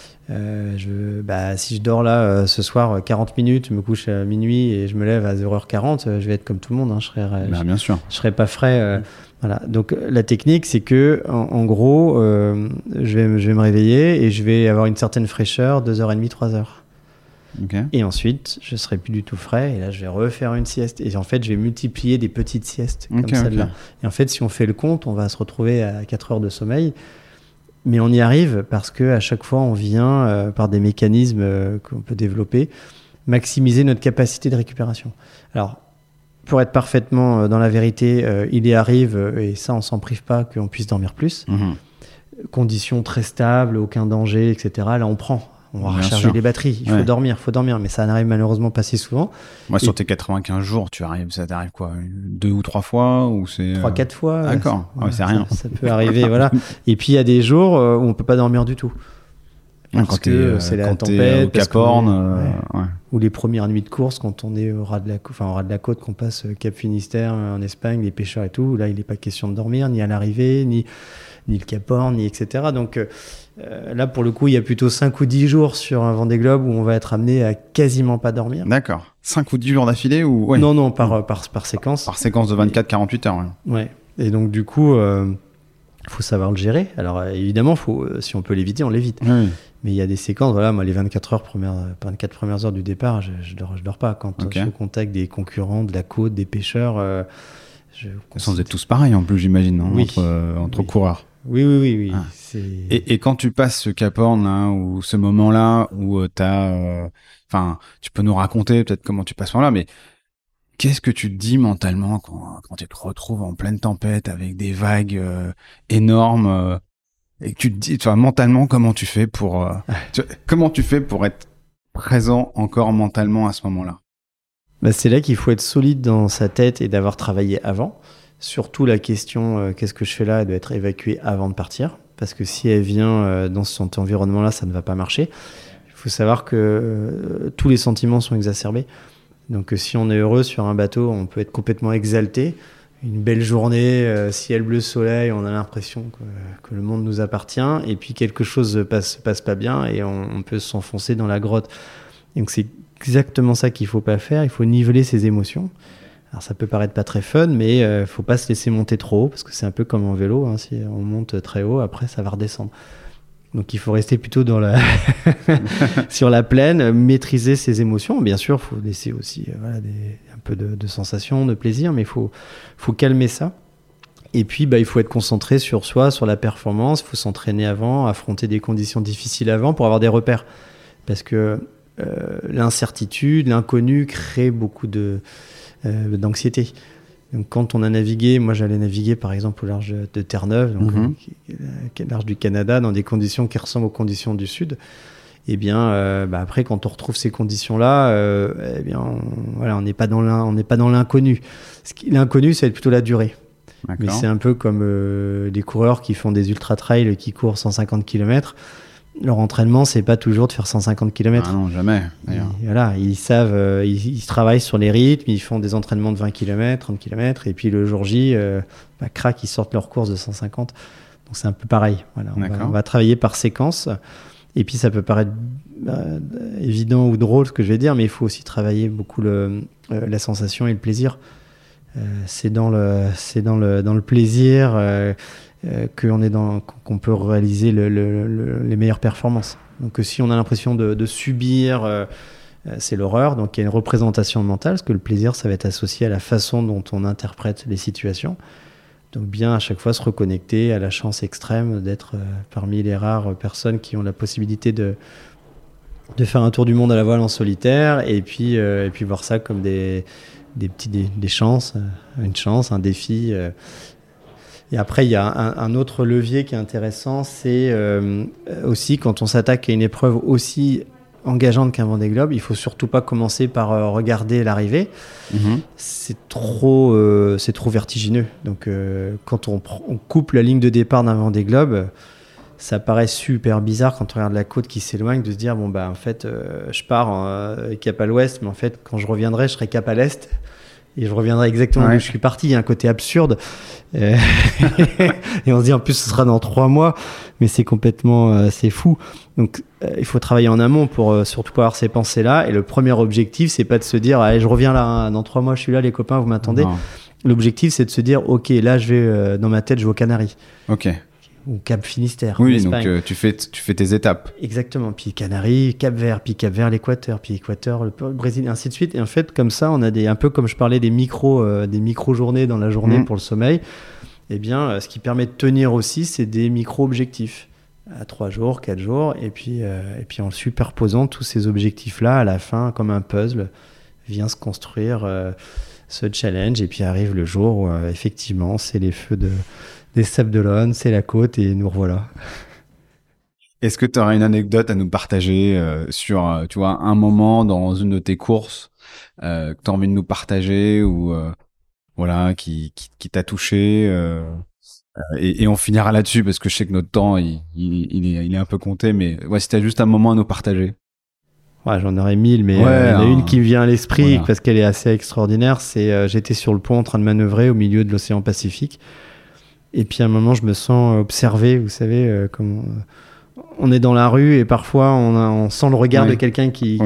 Speaker 1: Si je dors là ce soir 40 minutes, je me couche à minuit et je me lève à 0h40, je vais être comme tout le monde,
Speaker 2: bien sûr.
Speaker 1: Je serai pas frais. Voilà. Donc la technique, c'est que en gros, je vais me réveiller et je vais avoir une certaine fraîcheur, 2h30, 3h.
Speaker 2: Okay.
Speaker 1: Et ensuite, je serai plus du tout frais, et là, je vais refaire une sieste. Et en fait, je vais multiplier des petites siestes comme celle-là. Okay. Et en fait, si on fait le compte, on va se retrouver à 4 heures de sommeil. Mais on y arrive parce qu'à chaque fois, on vient, par des mécanismes qu'on peut développer, maximiser notre capacité de récupération. Alors, pour être parfaitement dans la vérité, il y arrive, et ça, on s'en prive pas, qu'on puisse dormir plus. Conditions très stables, aucun danger, etc. Là, on prend. On va recharger les batteries. Il faut dormir, mais ça n'arrive malheureusement pas si souvent.
Speaker 2: Moi, sur tes 95 jours, ça t'arrive quoi ? 2 ou 3 fois, ou c'est
Speaker 1: 3-4 fois.
Speaker 2: D'accord. C'est rien.
Speaker 1: Ça peut arriver, voilà. Et puis il y a des jours où on peut pas dormir du tout. Parce que c'est la tempête,
Speaker 2: au Cap Horn,
Speaker 1: ou les premières nuits de course quand on est au ras de la côte, qu'on passe Cap Finistère en Espagne, les pêcheurs et tout. Là, il n'est pas question de dormir, ni à l'arrivée, ni le Cap Horn, etc. Donc là, pour le coup, il y a plutôt 5 ou 10 jours sur un Vendée Globe où on va être amené à quasiment pas dormir.
Speaker 2: D'accord. 5 ou 10 jours d'affilée ou...
Speaker 1: Non, par séquence.
Speaker 2: Par séquence de 24-48 heures.
Speaker 1: Ouais. Et donc, du coup, faut savoir le gérer. Alors, évidemment, si on peut l'éviter, on l'évite.
Speaker 2: Oui.
Speaker 1: Mais il y a des séquences, voilà, moi, les 24 premières heures du départ, je dors pas. Quand je suis au contact des concurrents, de la côte, des pêcheurs...
Speaker 2: Vous êtes tous pareils, en plus, j'imagine, non ? Entre coureurs.
Speaker 1: Oui.
Speaker 2: Ah. Et quand tu passes ce Cap Horn, là, ou ce moment-là, où tu peux nous raconter peut-être comment tu passes ce moment-là, mais qu'est-ce que tu te dis mentalement quand tu te retrouves en pleine tempête avec des vagues énormes, et que tu te dis, mentalement, comment tu fais pour être présent encore mentalement à ce moment-là ?
Speaker 1: C'est là qu'il faut être solide dans sa tête et d'avoir travaillé avant. Surtout la question qu'est-ce que je fais là, elle doit être évacuée avant de partir, parce que si elle vient dans cet environnement-là, ça ne va pas marcher. Il faut savoir que tous les sentiments sont exacerbés. Donc si on est heureux sur un bateau, on peut être complètement exalté, une belle journée, ciel bleu, soleil, on a l'impression que le monde nous appartient, et puis quelque chose se passe pas bien et on peut s'enfoncer dans la grotte. Donc c'est exactement ça qu'il faut pas faire, il faut niveler ses émotions. Alors ça peut paraître pas très fun, mais faut pas se laisser monter trop haut, parce que c'est un peu comme en vélo, hein, si on monte très haut, après ça va redescendre. Donc il faut rester plutôt sur la plaine, maîtriser ses émotions. Bien sûr, il faut laisser aussi un peu de sensations, de plaisir, mais il faut calmer ça. Et puis il faut être concentré sur soi, sur la performance. Il faut s'entraîner avant, affronter des conditions difficiles avant pour avoir des repères. Parce que l'incertitude, l'inconnu crée beaucoup d'anxiété. Donc quand on a navigué, moi j'allais naviguer par exemple au large de Terre-Neuve, donc large du Canada, dans des conditions qui ressemblent aux conditions du Sud. Et bien après, quand on retrouve ces conditions-là, on n'est pas dans l'inconnu. L'inconnu, ça va être plutôt la durée.
Speaker 2: D'accord.
Speaker 1: Mais c'est un peu comme des coureurs qui font des ultra-trails, qui courent 150 km. Leur entraînement, c'est pas toujours de faire 150 km.
Speaker 2: Ah non, jamais, d'ailleurs.
Speaker 1: Voilà, ils savent, ils travaillent sur les rythmes, ils font des entraînements de 20 km, 30 km, et puis le jour J, crac, ils sortent leur course de 150. Donc c'est un peu pareil. Voilà, on va travailler par séquence. Et puis ça peut paraître évident ou drôle ce que je vais dire, mais il faut aussi travailler beaucoup la sensation et le plaisir. C'est dans le plaisir qu'on peut réaliser les meilleures performances. Donc si on a l'impression de subir, c'est l'horreur. Donc il y a une représentation mentale, parce que le plaisir, ça va être associé à la façon dont on interprète les situations. Donc bien à chaque fois se reconnecter à la chance extrême d'être parmi les rares personnes qui ont la possibilité de faire un tour du monde à la voile en solitaire, et puis voir ça comme des chances, une chance, un défi. Et après, il y a un autre levier qui est intéressant, c'est aussi quand on s'attaque à une épreuve aussi engageante qu'un Vendée Globe, il faut surtout pas commencer par regarder l'arrivée. C'est trop vertigineux. Donc quand on coupe la ligne de départ d'un Vendée Globe, ça paraît super bizarre quand on regarde la côte qui s'éloigne, de se dire en fait je pars cap à l'ouest, mais en fait quand je reviendrai, je serai cap à l'est. Et je reviendrai exactement où je suis parti. Il y a un côté absurde. Et on se dit, en plus, ce sera dans 3 mois. Mais c'est complètement c'est fou. Donc, il faut travailler en amont pour surtout pas avoir ces pensées-là. Et le premier objectif, c'est pas de se dire, allez, je reviens là, hein, dans 3 mois, je suis là, les copains, vous m'attendez. Non. L'objectif, c'est de se dire, OK, là, je vais, dans ma tête, je vais aux Canaries.
Speaker 2: OK.
Speaker 1: Ou Cap Finistère.
Speaker 2: Oui, donc tu fais tes étapes.
Speaker 1: Exactement. Puis Canaries, Cap Vert, puis Cap Vert, l'Équateur, puis Équateur, le Brésil, et ainsi de suite. Et en fait, comme ça, on a un peu comme je parlais des micro-journées dans la journée pour le sommeil. Eh bien, ce qui permet de tenir aussi, c'est des micro-objectifs. À 3 jours, 4 jours. Et puis en superposant tous ces objectifs-là, à la fin, comme un puzzle, vient se construire ce challenge. Et puis arrive le jour où, effectivement, c'est les feux des Sables d'Olonne, c'est la côte, et nous revoilà.
Speaker 2: Est-ce que tu aurais une anecdote à nous partager sur, un moment dans une de tes courses que tu as envie de nous partager, ou qui t'a touché, et on finira là-dessus parce que je sais que notre temps il est un peu compté, mais si tu as juste un moment à nous partager.
Speaker 1: Ouais, j'en aurais 1000, mais il y en a une qui me vient à l'esprit parce qu'elle est assez extraordinaire. C'est j'étais sur le pont en train de manœuvrer au milieu de l'océan Pacifique. Et puis à un moment, je me sens observé, vous savez, comme on est dans la rue et parfois on sent le regard de quelqu'un qui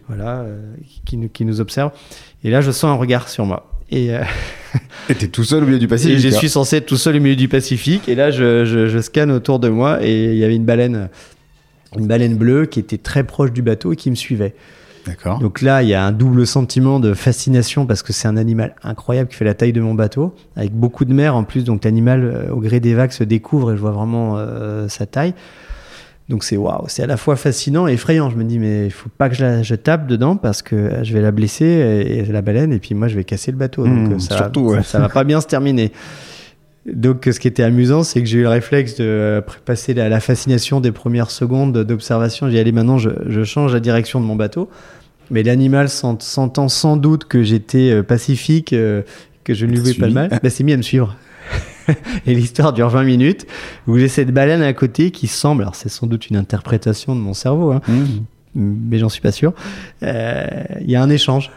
Speaker 1: nous observe. Et là, je sens un regard sur moi. Et
Speaker 2: t'es tout seul au milieu du Pacifique.
Speaker 1: Et je suis censé être tout seul au milieu du Pacifique. Et là, je scanne autour de moi et il y avait une baleine bleue qui était très proche du bateau et qui me suivait.
Speaker 2: D'accord.
Speaker 1: Donc là, il y a un double sentiment de fascination parce que c'est un animal incroyable qui fait la taille de mon bateau, avec beaucoup de mer en plus. Donc l'animal, au gré des vagues, se découvre et je vois vraiment sa taille. Donc c'est à la fois fascinant et effrayant. Je me dis, mais il faut pas que je tape dedans parce que je vais la blesser, et la baleine, et puis moi, je vais casser le bateau. Donc ça va pas bien se terminer. Donc, ce qui était amusant, c'est que j'ai eu le réflexe de passer la fascination des premières secondes d'observation. J'ai dit, allez, maintenant, je change la direction de mon bateau. Mais l'animal, sentant sans doute que j'étais pacifique, que je ne lui voulais pas de mal, s'est mis à me suivre. Et l'histoire dure 20 minutes, où j'ai cette baleine à côté qui semble, alors c'est sans doute une interprétation de mon cerveau, mais j'en suis pas sûr. Il y a un échange.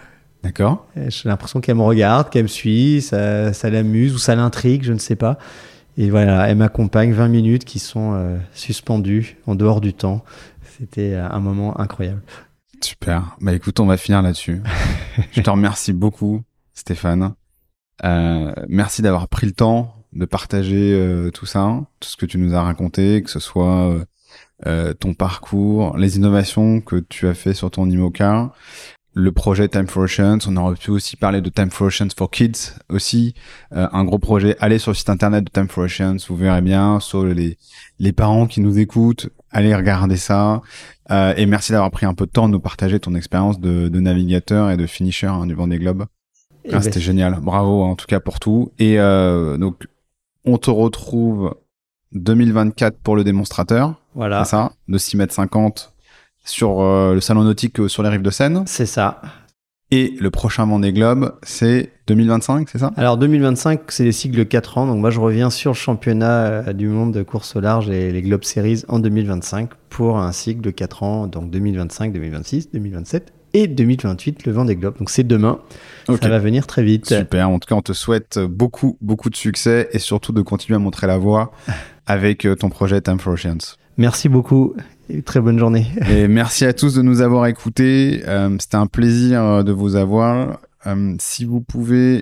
Speaker 2: D'accord.
Speaker 1: J'ai l'impression qu'elle me regarde, qu'elle me suit, ça l'amuse ou ça l'intrigue, je ne sais pas. Et voilà, elle m'accompagne 20 minutes qui sont suspendues en dehors du temps. C'était un moment incroyable.
Speaker 2: Super. Bah écoute, on va finir là-dessus. Je te remercie beaucoup, Stéphane. Merci d'avoir pris le temps de partager tout ça, tout ce que tu nous as raconté, que ce soit ton parcours, les innovations que tu as fait sur ton IMOCA, le projet Time for Oceans. On aurait pu aussi parler de Time for Oceans for Kids aussi, un gros projet. Allez sur le site internet de Time for Oceans, vous verrez bien. Sur les parents qui nous écoutent, allez regarder ça. Et merci d'avoir pris un peu de temps de nous partager ton expérience de navigateur et de finisher du Vendée Globe. C'était génial. Bravo en tout cas pour tout. Et donc, on te retrouve 2024 pour le démonstrateur.
Speaker 1: Voilà.
Speaker 2: C'est ça, de 6,50 m sur le salon nautique sur les rives de Seine.
Speaker 1: C'est ça.
Speaker 2: Et le prochain Vendée Globe, c'est 2025, c'est ça?
Speaker 1: Alors 2025, c'est les cycles de 4 ans. Donc moi, je reviens sur le championnat du monde de course au large et les Globe Series en 2025 pour un cycle de 4 ans. Donc 2025, 2026, 2027 et 2028, le Vendée Globe. Donc c'est demain. Okay. Ça va venir très vite.
Speaker 2: Super. En tout cas, on te souhaite beaucoup, beaucoup de succès et surtout de continuer à montrer la voie avec ton projet Time for Oceans.
Speaker 1: Merci beaucoup et très bonne journée.
Speaker 2: Et merci à tous de nous avoir écoutés. C'était un plaisir de vous avoir. Si vous pouvez,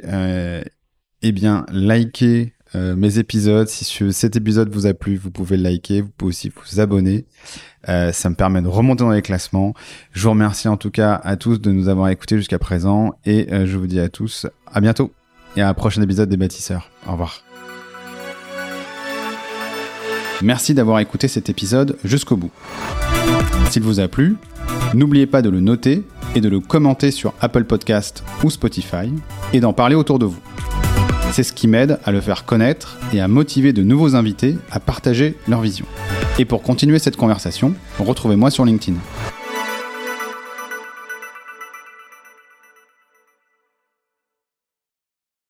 Speaker 2: liker mes épisodes. Si cet épisode vous a plu, vous pouvez le liker. Vous pouvez aussi vous abonner. Ça me permet de remonter dans les classements. Je vous remercie en tout cas à tous de nous avoir écoutés jusqu'à présent. Et je vous dis à tous à bientôt et à un prochain épisode des Bâtisseurs. Au revoir. Merci d'avoir écouté cet épisode jusqu'au bout. S'il vous a plu, n'oubliez pas de le noter et de le commenter sur Apple Podcast ou Spotify et d'en parler autour de vous. C'est ce qui m'aide à le faire connaître et à motiver de nouveaux invités à partager leur vision. Et pour continuer cette conversation, retrouvez-moi sur LinkedIn.